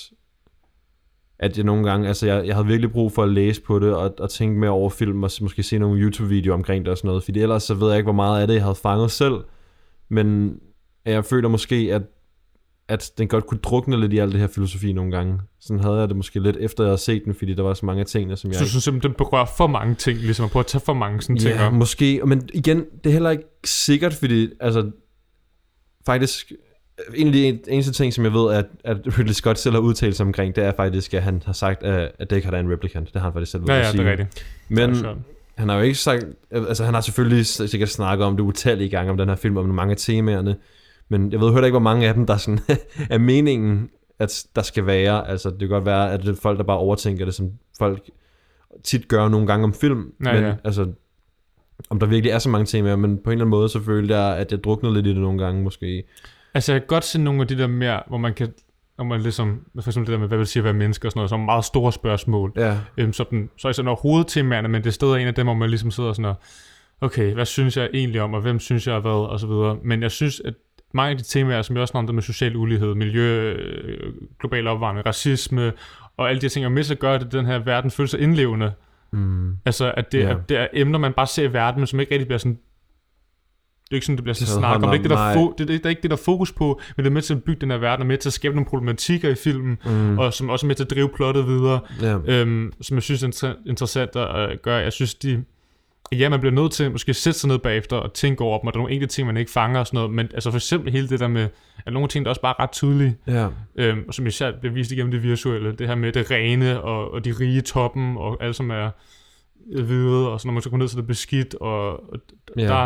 at jeg nogle gange, altså jeg havde virkelig brug for at læse på det, og tænke mere over film, og måske se nogle YouTube-videoer omkring det og sådan noget, fordi ellers så ved jeg ikke, hvor meget af det, jeg havde fanget selv, men jeg føler måske, at den godt kunne drukne lidt i alt det her filosofi nogle gange. Sådan havde jeg det måske lidt, efter jeg havde set den, fordi der var så mange ting, som jeg... Så synes simpelthen, den berører for mange ting, ligesom at prøve at tage for mange sådan ting op. Ja, måske, men igen, det er heller ikke sikkert, fordi, altså, faktisk... En af de eneste ting, som jeg ved, at Ridley Scott selv har udtalt sig omkring, det er faktisk, at han har sagt, at Deckard er en replicant. Det har han faktisk selv ved at sige. Ja, det er rigtigt. Men han har jo ikke sagt... Altså, han har selvfølgelig sikkert snakket om det utallige gange om den her film, om mange af temaerne. Men jeg ved heller ikke, hvor mange af dem, der sådan er meningen, at der skal være. Altså, det kan godt være, at det er folk, der bare overtænker det, som folk tit gør nogle gange om film. Men altså... Om der virkelig er så mange temaer, men på en eller anden måde, så følte jeg, at jeg druknede lidt i det nogle gange, måske. Altså, jeg kan godt se nogle af de der mere, hvor man kan, når man ligesom, for eksempel det der med, hvad vil sige at være mennesker og sådan noget, så meget store spørgsmål. Ja. Så er sådan noget hovedtemaerne, men det er stadig en af dem, hvor man ligesom sidder sådan og, okay, hvad synes jeg egentlig om, og hvem synes jeg er hvad, og så videre. Men jeg synes, at mange af de temaer, som jeg også nævnte med social ulighed, miljø, global opvarmning, racisme, og alle de ting, er med til at gøre, at den her verden føler sig indlevende. Altså, at det er emner, man bare ser i verden, men som ikke rigtig bliver sådan... Det er ikke sådan, det bliver sådan snak om. Det er ikke det, der er ikke det, der er fokus på, men det er med til at bygge den her verden, og med til at skabe nogle problematikker i filmen, og som også er med til at drive plottet videre, som jeg synes er interessant at gøre. Jeg synes, man bliver nødt til måske sætte sig ned bagefter og tænke over dem, og der er nogle enkelte ting, man ikke fanger og sådan noget, men altså for eksempel hele det der med, at nogle ting, der også bare er ret tydelige, og som især bliver vist igennem det visuelle, det her med det rene, og de rige toppen, og alt som er hvide, og så når man så går ned til det beskidt, og der...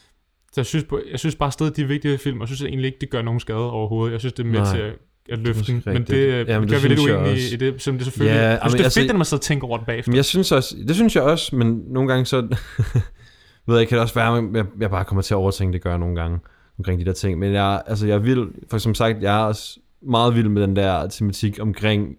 Så jeg synes bare stadig, de er vigtige film, og jeg synes egentlig ikke, det gør nogen skade overhovedet. Jeg synes, det er med til at løfte den, men det gør vi lidt uenige i det, som det selvfølgelig... Ja, jeg synes, det er fedt, at man så tænker over det bagefter. Jeg synes også, det synes jeg også, men nogle gange så... ved jeg, kan det også være, at jeg bare kommer til at overtænke, det gør jeg nogle gange omkring de der ting. Men jeg er vild, for som sagt, jeg er også meget vild med den der tematik omkring,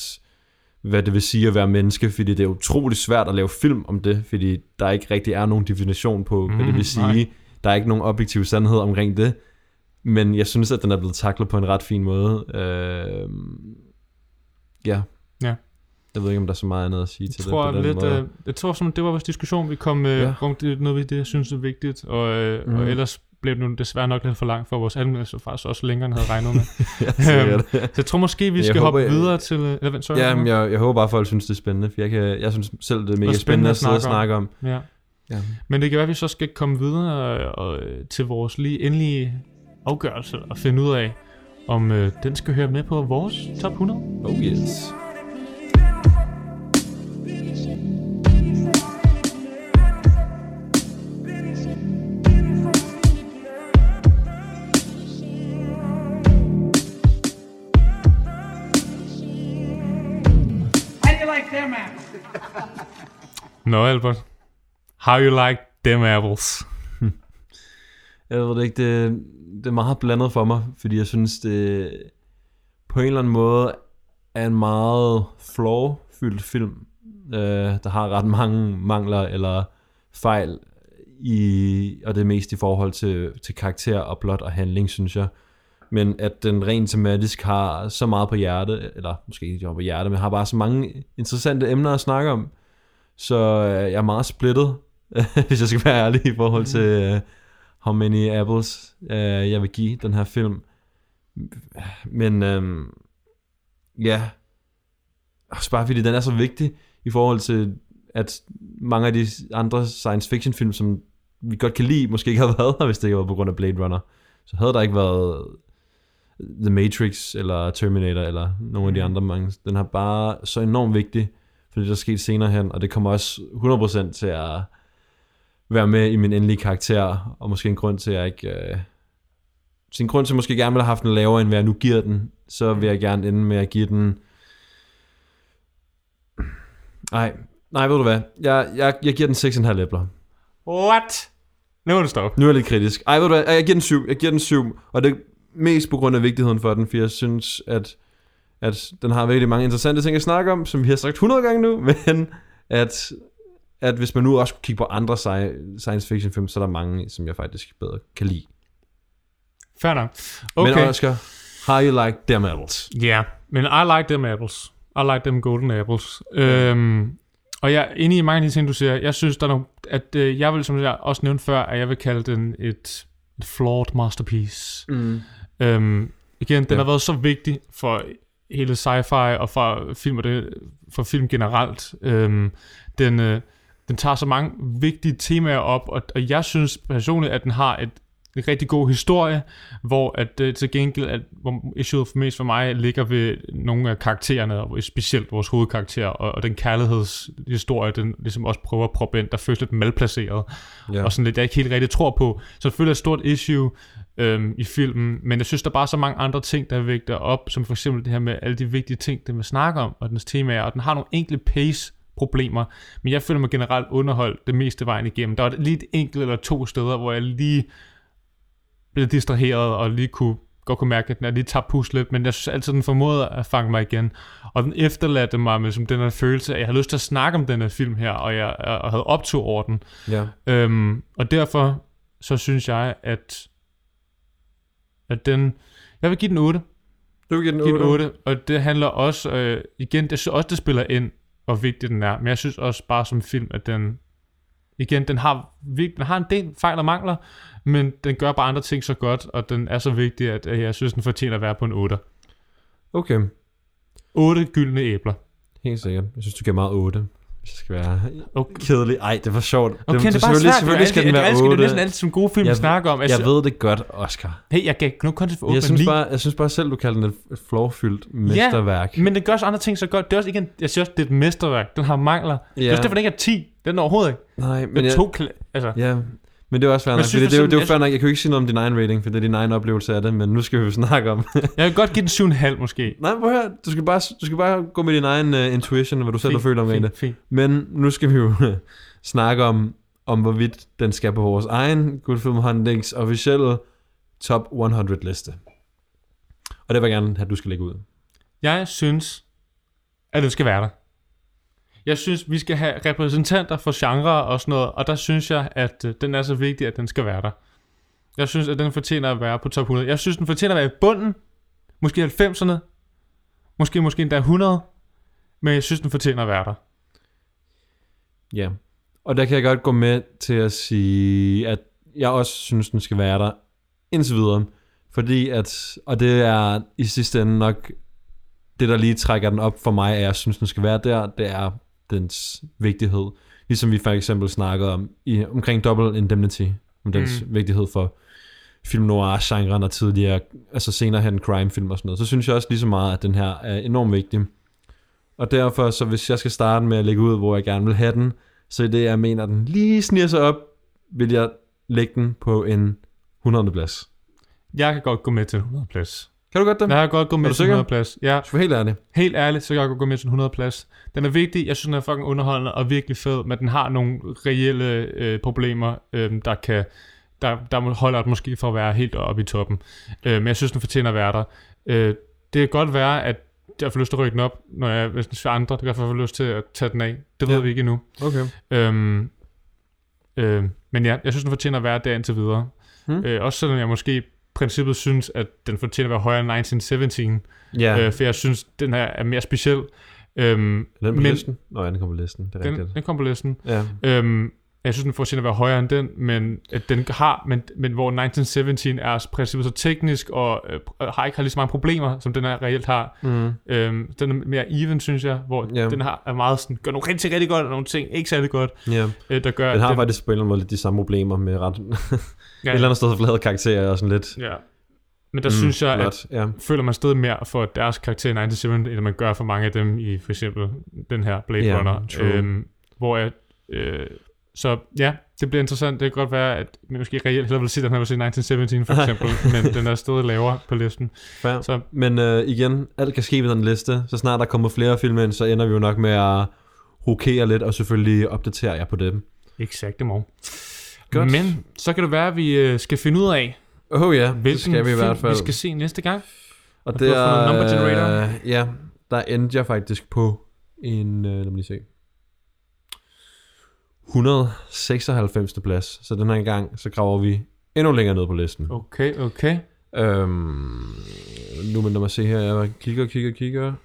hvad det vil sige at være menneske, fordi det er utroligt svært at lave film om det, fordi der ikke rigtig er nogen definition på, hvad det vil sige. Nej. Der er ikke nogen objektiv sandhed omkring det, men jeg synes, at den er blevet taklet på en ret fin måde. Ja. Ja. Jeg ved ikke, om der er så meget andet at sige til tror det på den måde. Jeg tror, som det var vores diskussion, vi kom med, om det er noget, jeg synes er vigtigt, og ellers blev det nu desværre nok lidt for langt for vores anmeldelse, faktisk også længere, end jeg havde regnet med. Så jeg tror måske, vi skal hoppe videre til... Jeg håber bare, at folk synes, det er spændende, for jeg synes selv, det er mega spændende at sidde og snakke om. Ja. Men det kan være, at vi så skal komme videre til vores lige endelige afgørelse og finde ud af, om den skal høre med på vores top 100. Oh yes. Nå, Albert. How you like them apples? Jeg ved det ikke, det er meget blandet for mig, fordi jeg synes, det på en eller anden måde er en meget flaw-fyldt film, der har ret mange mangler eller fejl, og det er mest i forhold til karakter og plot og handling, synes jeg. Men at den rent tematisk har så meget på hjerte, eller måske ikke på hjerte, men har bare så mange interessante emner at snakke om, så jeg er meget splittet, hvis jeg skal være ærlig i forhold til how many apples jeg vil give den her film. Men også bare fordi den er så vigtig i forhold til, at mange af de andre science fiction film, som vi godt kan lide, måske ikke havde været her, hvis det ikke var på grund af Blade Runner. Så havde der ikke været The Matrix eller Terminator eller nogle af de andre mange. Den er bare så enormt vigtig, fordi der er sket senere hen, og det kommer også 100% til at være med i min endelige karakter, og måske en grund til, at jeg ikke... en grund til, at jeg måske gerne ville have haft den lavere, end hvad jeg nu giver den, så vil jeg gerne ende med at give den... Nej, ved du hvad? Jeg giver den 6,5 æbler. What? Nu er det stop. Nu er jeg lidt kritisk. Ved du hvad? Jeg giver den 7. Og det er mest på grund af vigtigheden for den, for jeg synes, at den har virkelig mange interessante ting at snakke om, som vi har sagt 100 gange nu, men at hvis man nu også kigger på andre science fiction film, så er der mange, som jeg faktisk bedre kan lide. Fair nok. Okay. Men Oscar, how you like them apples? Ja, yeah, men I like them apples. I like them golden apples. Og jeg er enig i mange af de ting, du siger. Jeg synes, der er nogle, at jeg vil, som jeg også nævnte før, at jeg vil kalde den et flawed masterpiece. Igen, den har været så vigtig for hele sci-fi og for film, og for film generelt. Den tager så mange vigtige temaer op, og jeg synes personligt, at den har en rigtig god historie, hvor at til gengæld, hvor issuet mest for mig ligger ved nogle af karaktererne, og specielt vores hovedkarakter, og den kærlighedshistorie, den ligesom også prøver at proppe ind, der føles lidt malplaceret, og sådan lidt, jeg ikke helt rigtig tror på. Så selvfølgelig er et stort issue i filmen, men jeg synes, der er bare så mange andre ting, der vægter op, som for eksempel det her med alle de vigtige ting, det man snakker om, og dens temaer, og den har nogle enkelte pace-problemer, men jeg føler mig generelt underholdt det meste vejen igennem. Der var lige et enkelt eller to steder, hvor jeg lige blev distraheret, og lige godt kunne mærke, at den er lige tabt pus lidt, men jeg synes altid, den formåede at fange mig igen. Og den efterladte mig med som den her følelse, at jeg havde lyst til at snakke om den her film her, og jeg havde optog over den. Ja. Og derfor så synes jeg, at den... Jeg vil give den 8. Du vil give den 8? Og det handler også... igen, jeg synes også, det spiller ind, hvor vigtig den er. Men jeg synes også bare som film, at den... Igen, den har en del fejl og mangler, men den gør bare andre ting så godt, og den er så vigtig, at jeg synes, den fortjener at være på en 8. Okay. 8 gyldne æbler. Helt sikkert. Jeg synes, du giver meget 8. Hvis jeg skal være kedelig. Ej, det var sjovt. Okay, det er bare svært. Selvfølgelig skal den være 8. Det er næsten altid som gode film, vi snakker om. Jeg ved det godt, Oscar. Hey, jeg gav nu kun for 8. Jeg synes bare selv, du kalder den et flawfyldt mesterværk. Ja, men det gør også andre ting så godt. Det er også igen, jeg synes også, det er et mesterværk. Den har mangler. Ja. Det er også derfor, den ikke er 10. Den er overhovedet ikke. Nej, men ja, men det er også fair nok. Det er jo fair nok. Jeg kan jo ikke sige noget om din egen rating, for det er din egen oplevelse af det, men nu skal vi jo snakke om. Jeg vil godt give den 7,5 måske. Nej, prøv her. Du skal bare gå med din egen intuition, hvad du selv har følt om det. Men nu skal vi jo snakke om hvorvidt den skal på vores egen Good Film Huntings officielle top 100 liste. Og det vil jeg gerne have, at du skal lægge ud. Jeg synes, at den skal være der. Jeg synes, vi skal have repræsentanter for genre og sådan noget, og der synes jeg, at den er så vigtig, at den skal være der. Jeg synes, at den fortjener at være på top 100. Jeg synes, den fortjener at være i bunden. Måske 90'erne. Måske endda 100. men jeg synes, den fortjener at være der. Ja, og der kan jeg godt gå med til at sige, at jeg også synes, den skal være der indtil videre. Fordi at, og det er i sidste ende nok, det der lige trækker den op for mig, at jeg synes, den skal være der, det er dens vigtighed. Ligesom vi for eksempel snakkede om omkring Double Indemnity, om dens vigtighed for film noir-genren og tidligere, altså senere hen crime-film og sådan noget. Så synes jeg også lige så meget, at den her er enormt vigtig. Og derfor, så hvis jeg skal starte med at lægge ud, hvor jeg gerne vil have den, så i det, jeg mener, den lige sniger sig op, vil jeg lægge den på en 100. plads. Jeg kan godt gå med til en 100. plads. Kan du godt det? Jeg kan godt gå med til en 100. plads. Ja. Så helt ærligt. Helt ærligt, så kan jeg godt gå med til en 100. plads. Den er vigtig, jeg synes, den er fucking underholdende og virkelig fed, men den har nogle reelle problemer, der holder det måske for at være helt oppe i toppen. Men jeg synes, den fortjener at være der. Det kan godt være, at jeg får lyst til at rykke den op, når jeg hvis andre, det kan få lyst til at tage den af. Det ved vi ikke endnu. Okay. Men ja, jeg synes, den fortjener at være der indtil videre. Også selvom jeg måske i princippet synes, at den fortjener at være højere end 1917. For jeg synes, den her er mere speciel. Den på listen? Nå ja, den kom på listen. Det er rigtigt. Den kom på listen. Ja. Jeg synes, den fortjener at være højere end den, men hvor 1917 er i princippet så teknisk og har ikke lige så mange problemer, som den her reelt har. Den er mere even, synes jeg, hvor den er meget sådan, gør nogle rigtig, rigtig godt, og nogle ting ikke særlig godt. Der gør, den har faktisk på en eller anden måde lidt de samme problemer med ret et eller andet sted for flade karakterer og sådan lidt. Ja. Men der synes jeg, at føler man stadig mere for deres karakter i 1917, end man gør for mange af dem i for eksempel den her Blade Runner. Hvor jeg... Så ja, det bliver interessant. Det kan godt være, at man måske reelt hellere vil se den her, vil se 1917 for eksempel, men den er stadig lavere på listen. Så. Men igen, alt kan ske ved den liste. Så snart der kommer flere film ind, så ender vi jo nok med at rokere lidt, og selvfølgelig opdatere jer på dem. Exakt, det må. Men så kan det være, at vi skal finde ud af, hvilken skal vi i hvert fald. Vi skal se næste gang. Og det er Number Generator. Ja, der endte jeg faktisk på en, lad mig lige se, 196. plads. Så den her gang, så graver vi endnu længere ned på listen. Okay. Nu må man se her, jeg kigger.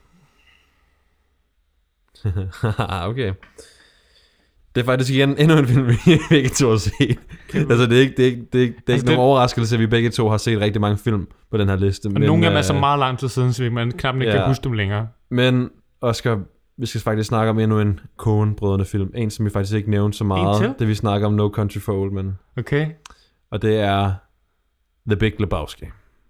Okay. Det er faktisk igen endnu en film, vi begge to har set. Altså det er ikke nogen overraskelse, at vi begge to har set rigtig mange film på den her liste. Og nogle af dem er så meget lang tid siden, så man knap ikke kan huske dem længere. Men Oscar, vi skal faktisk snakke om endnu en Coen-brødrene film. En, som vi faktisk ikke nævnte så meget. Det vi snakker om No Country for Old Men. Okay. Og det er The Big Lebowski.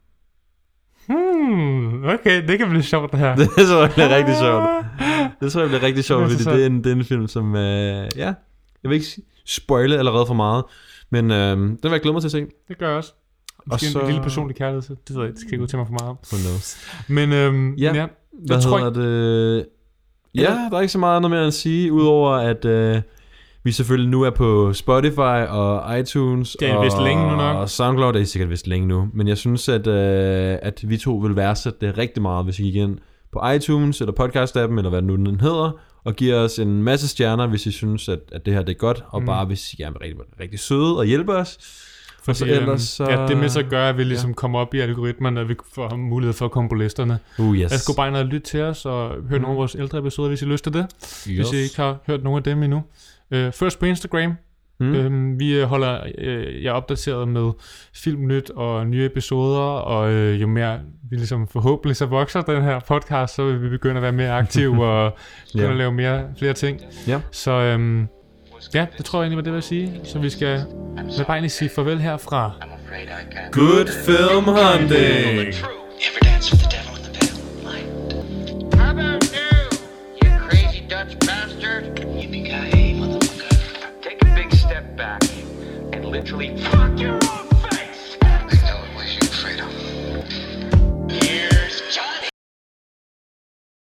Okay, det kan blive sjovt det her. Det tror jeg bliver rigtig sjovt. Det tror jeg bliver rigtig sjovt, fordi det er en film, som... jeg vil ikke spoile allerede for meget, men den vil jeg glæde mig til at se. Det gør jeg også. Måske en lille personlig kærlighed, så det ved jeg, det skal ikke ud til mig for meget. Who knows. Men hvad hedder det? Ja, der er ikke så meget andet mere at sige, udover at vi selvfølgelig nu er på Spotify og iTunes og SoundCloud. Det er sikkert vist længe nu, men jeg synes, at vi to vil værdsætte det rigtig meget, hvis I gik ind på iTunes eller podcast-appen, eller hvad den hedder, og giver os en masse stjerner, hvis I synes, at det her det er godt, og bare hvis I gerne vil rigtig, rigtig søde og hjælpe os. Fordi, det med så gør, at vi ligesom kommer op i algoritmerne, og vi får mulighed for at komme på listerne. Yes. Jeg skal bare ind og lytte til os, og høre nogle af vores ældre episoder, hvis I har lyst til det. Hvis I ikke har hørt nogle af dem endnu. Først på Instagram. Vi holder jer opdateret med filmnyt og nye episoder, og jo mere vi ligesom forhåbentlig så vokser den her podcast, så vil vi begynde at være mere aktive og begynde at lave flere ting. Så det tror jeg egentlig var det, jeg vil sige. Så vi skal bare egentlig sige farvel herfra. Good film hunting! Ever dance with the devil in the pale light? How about you, you crazy Dutch bastard? Yippee-ki-yay, motherfucker. Take a big step back and literally fuck your own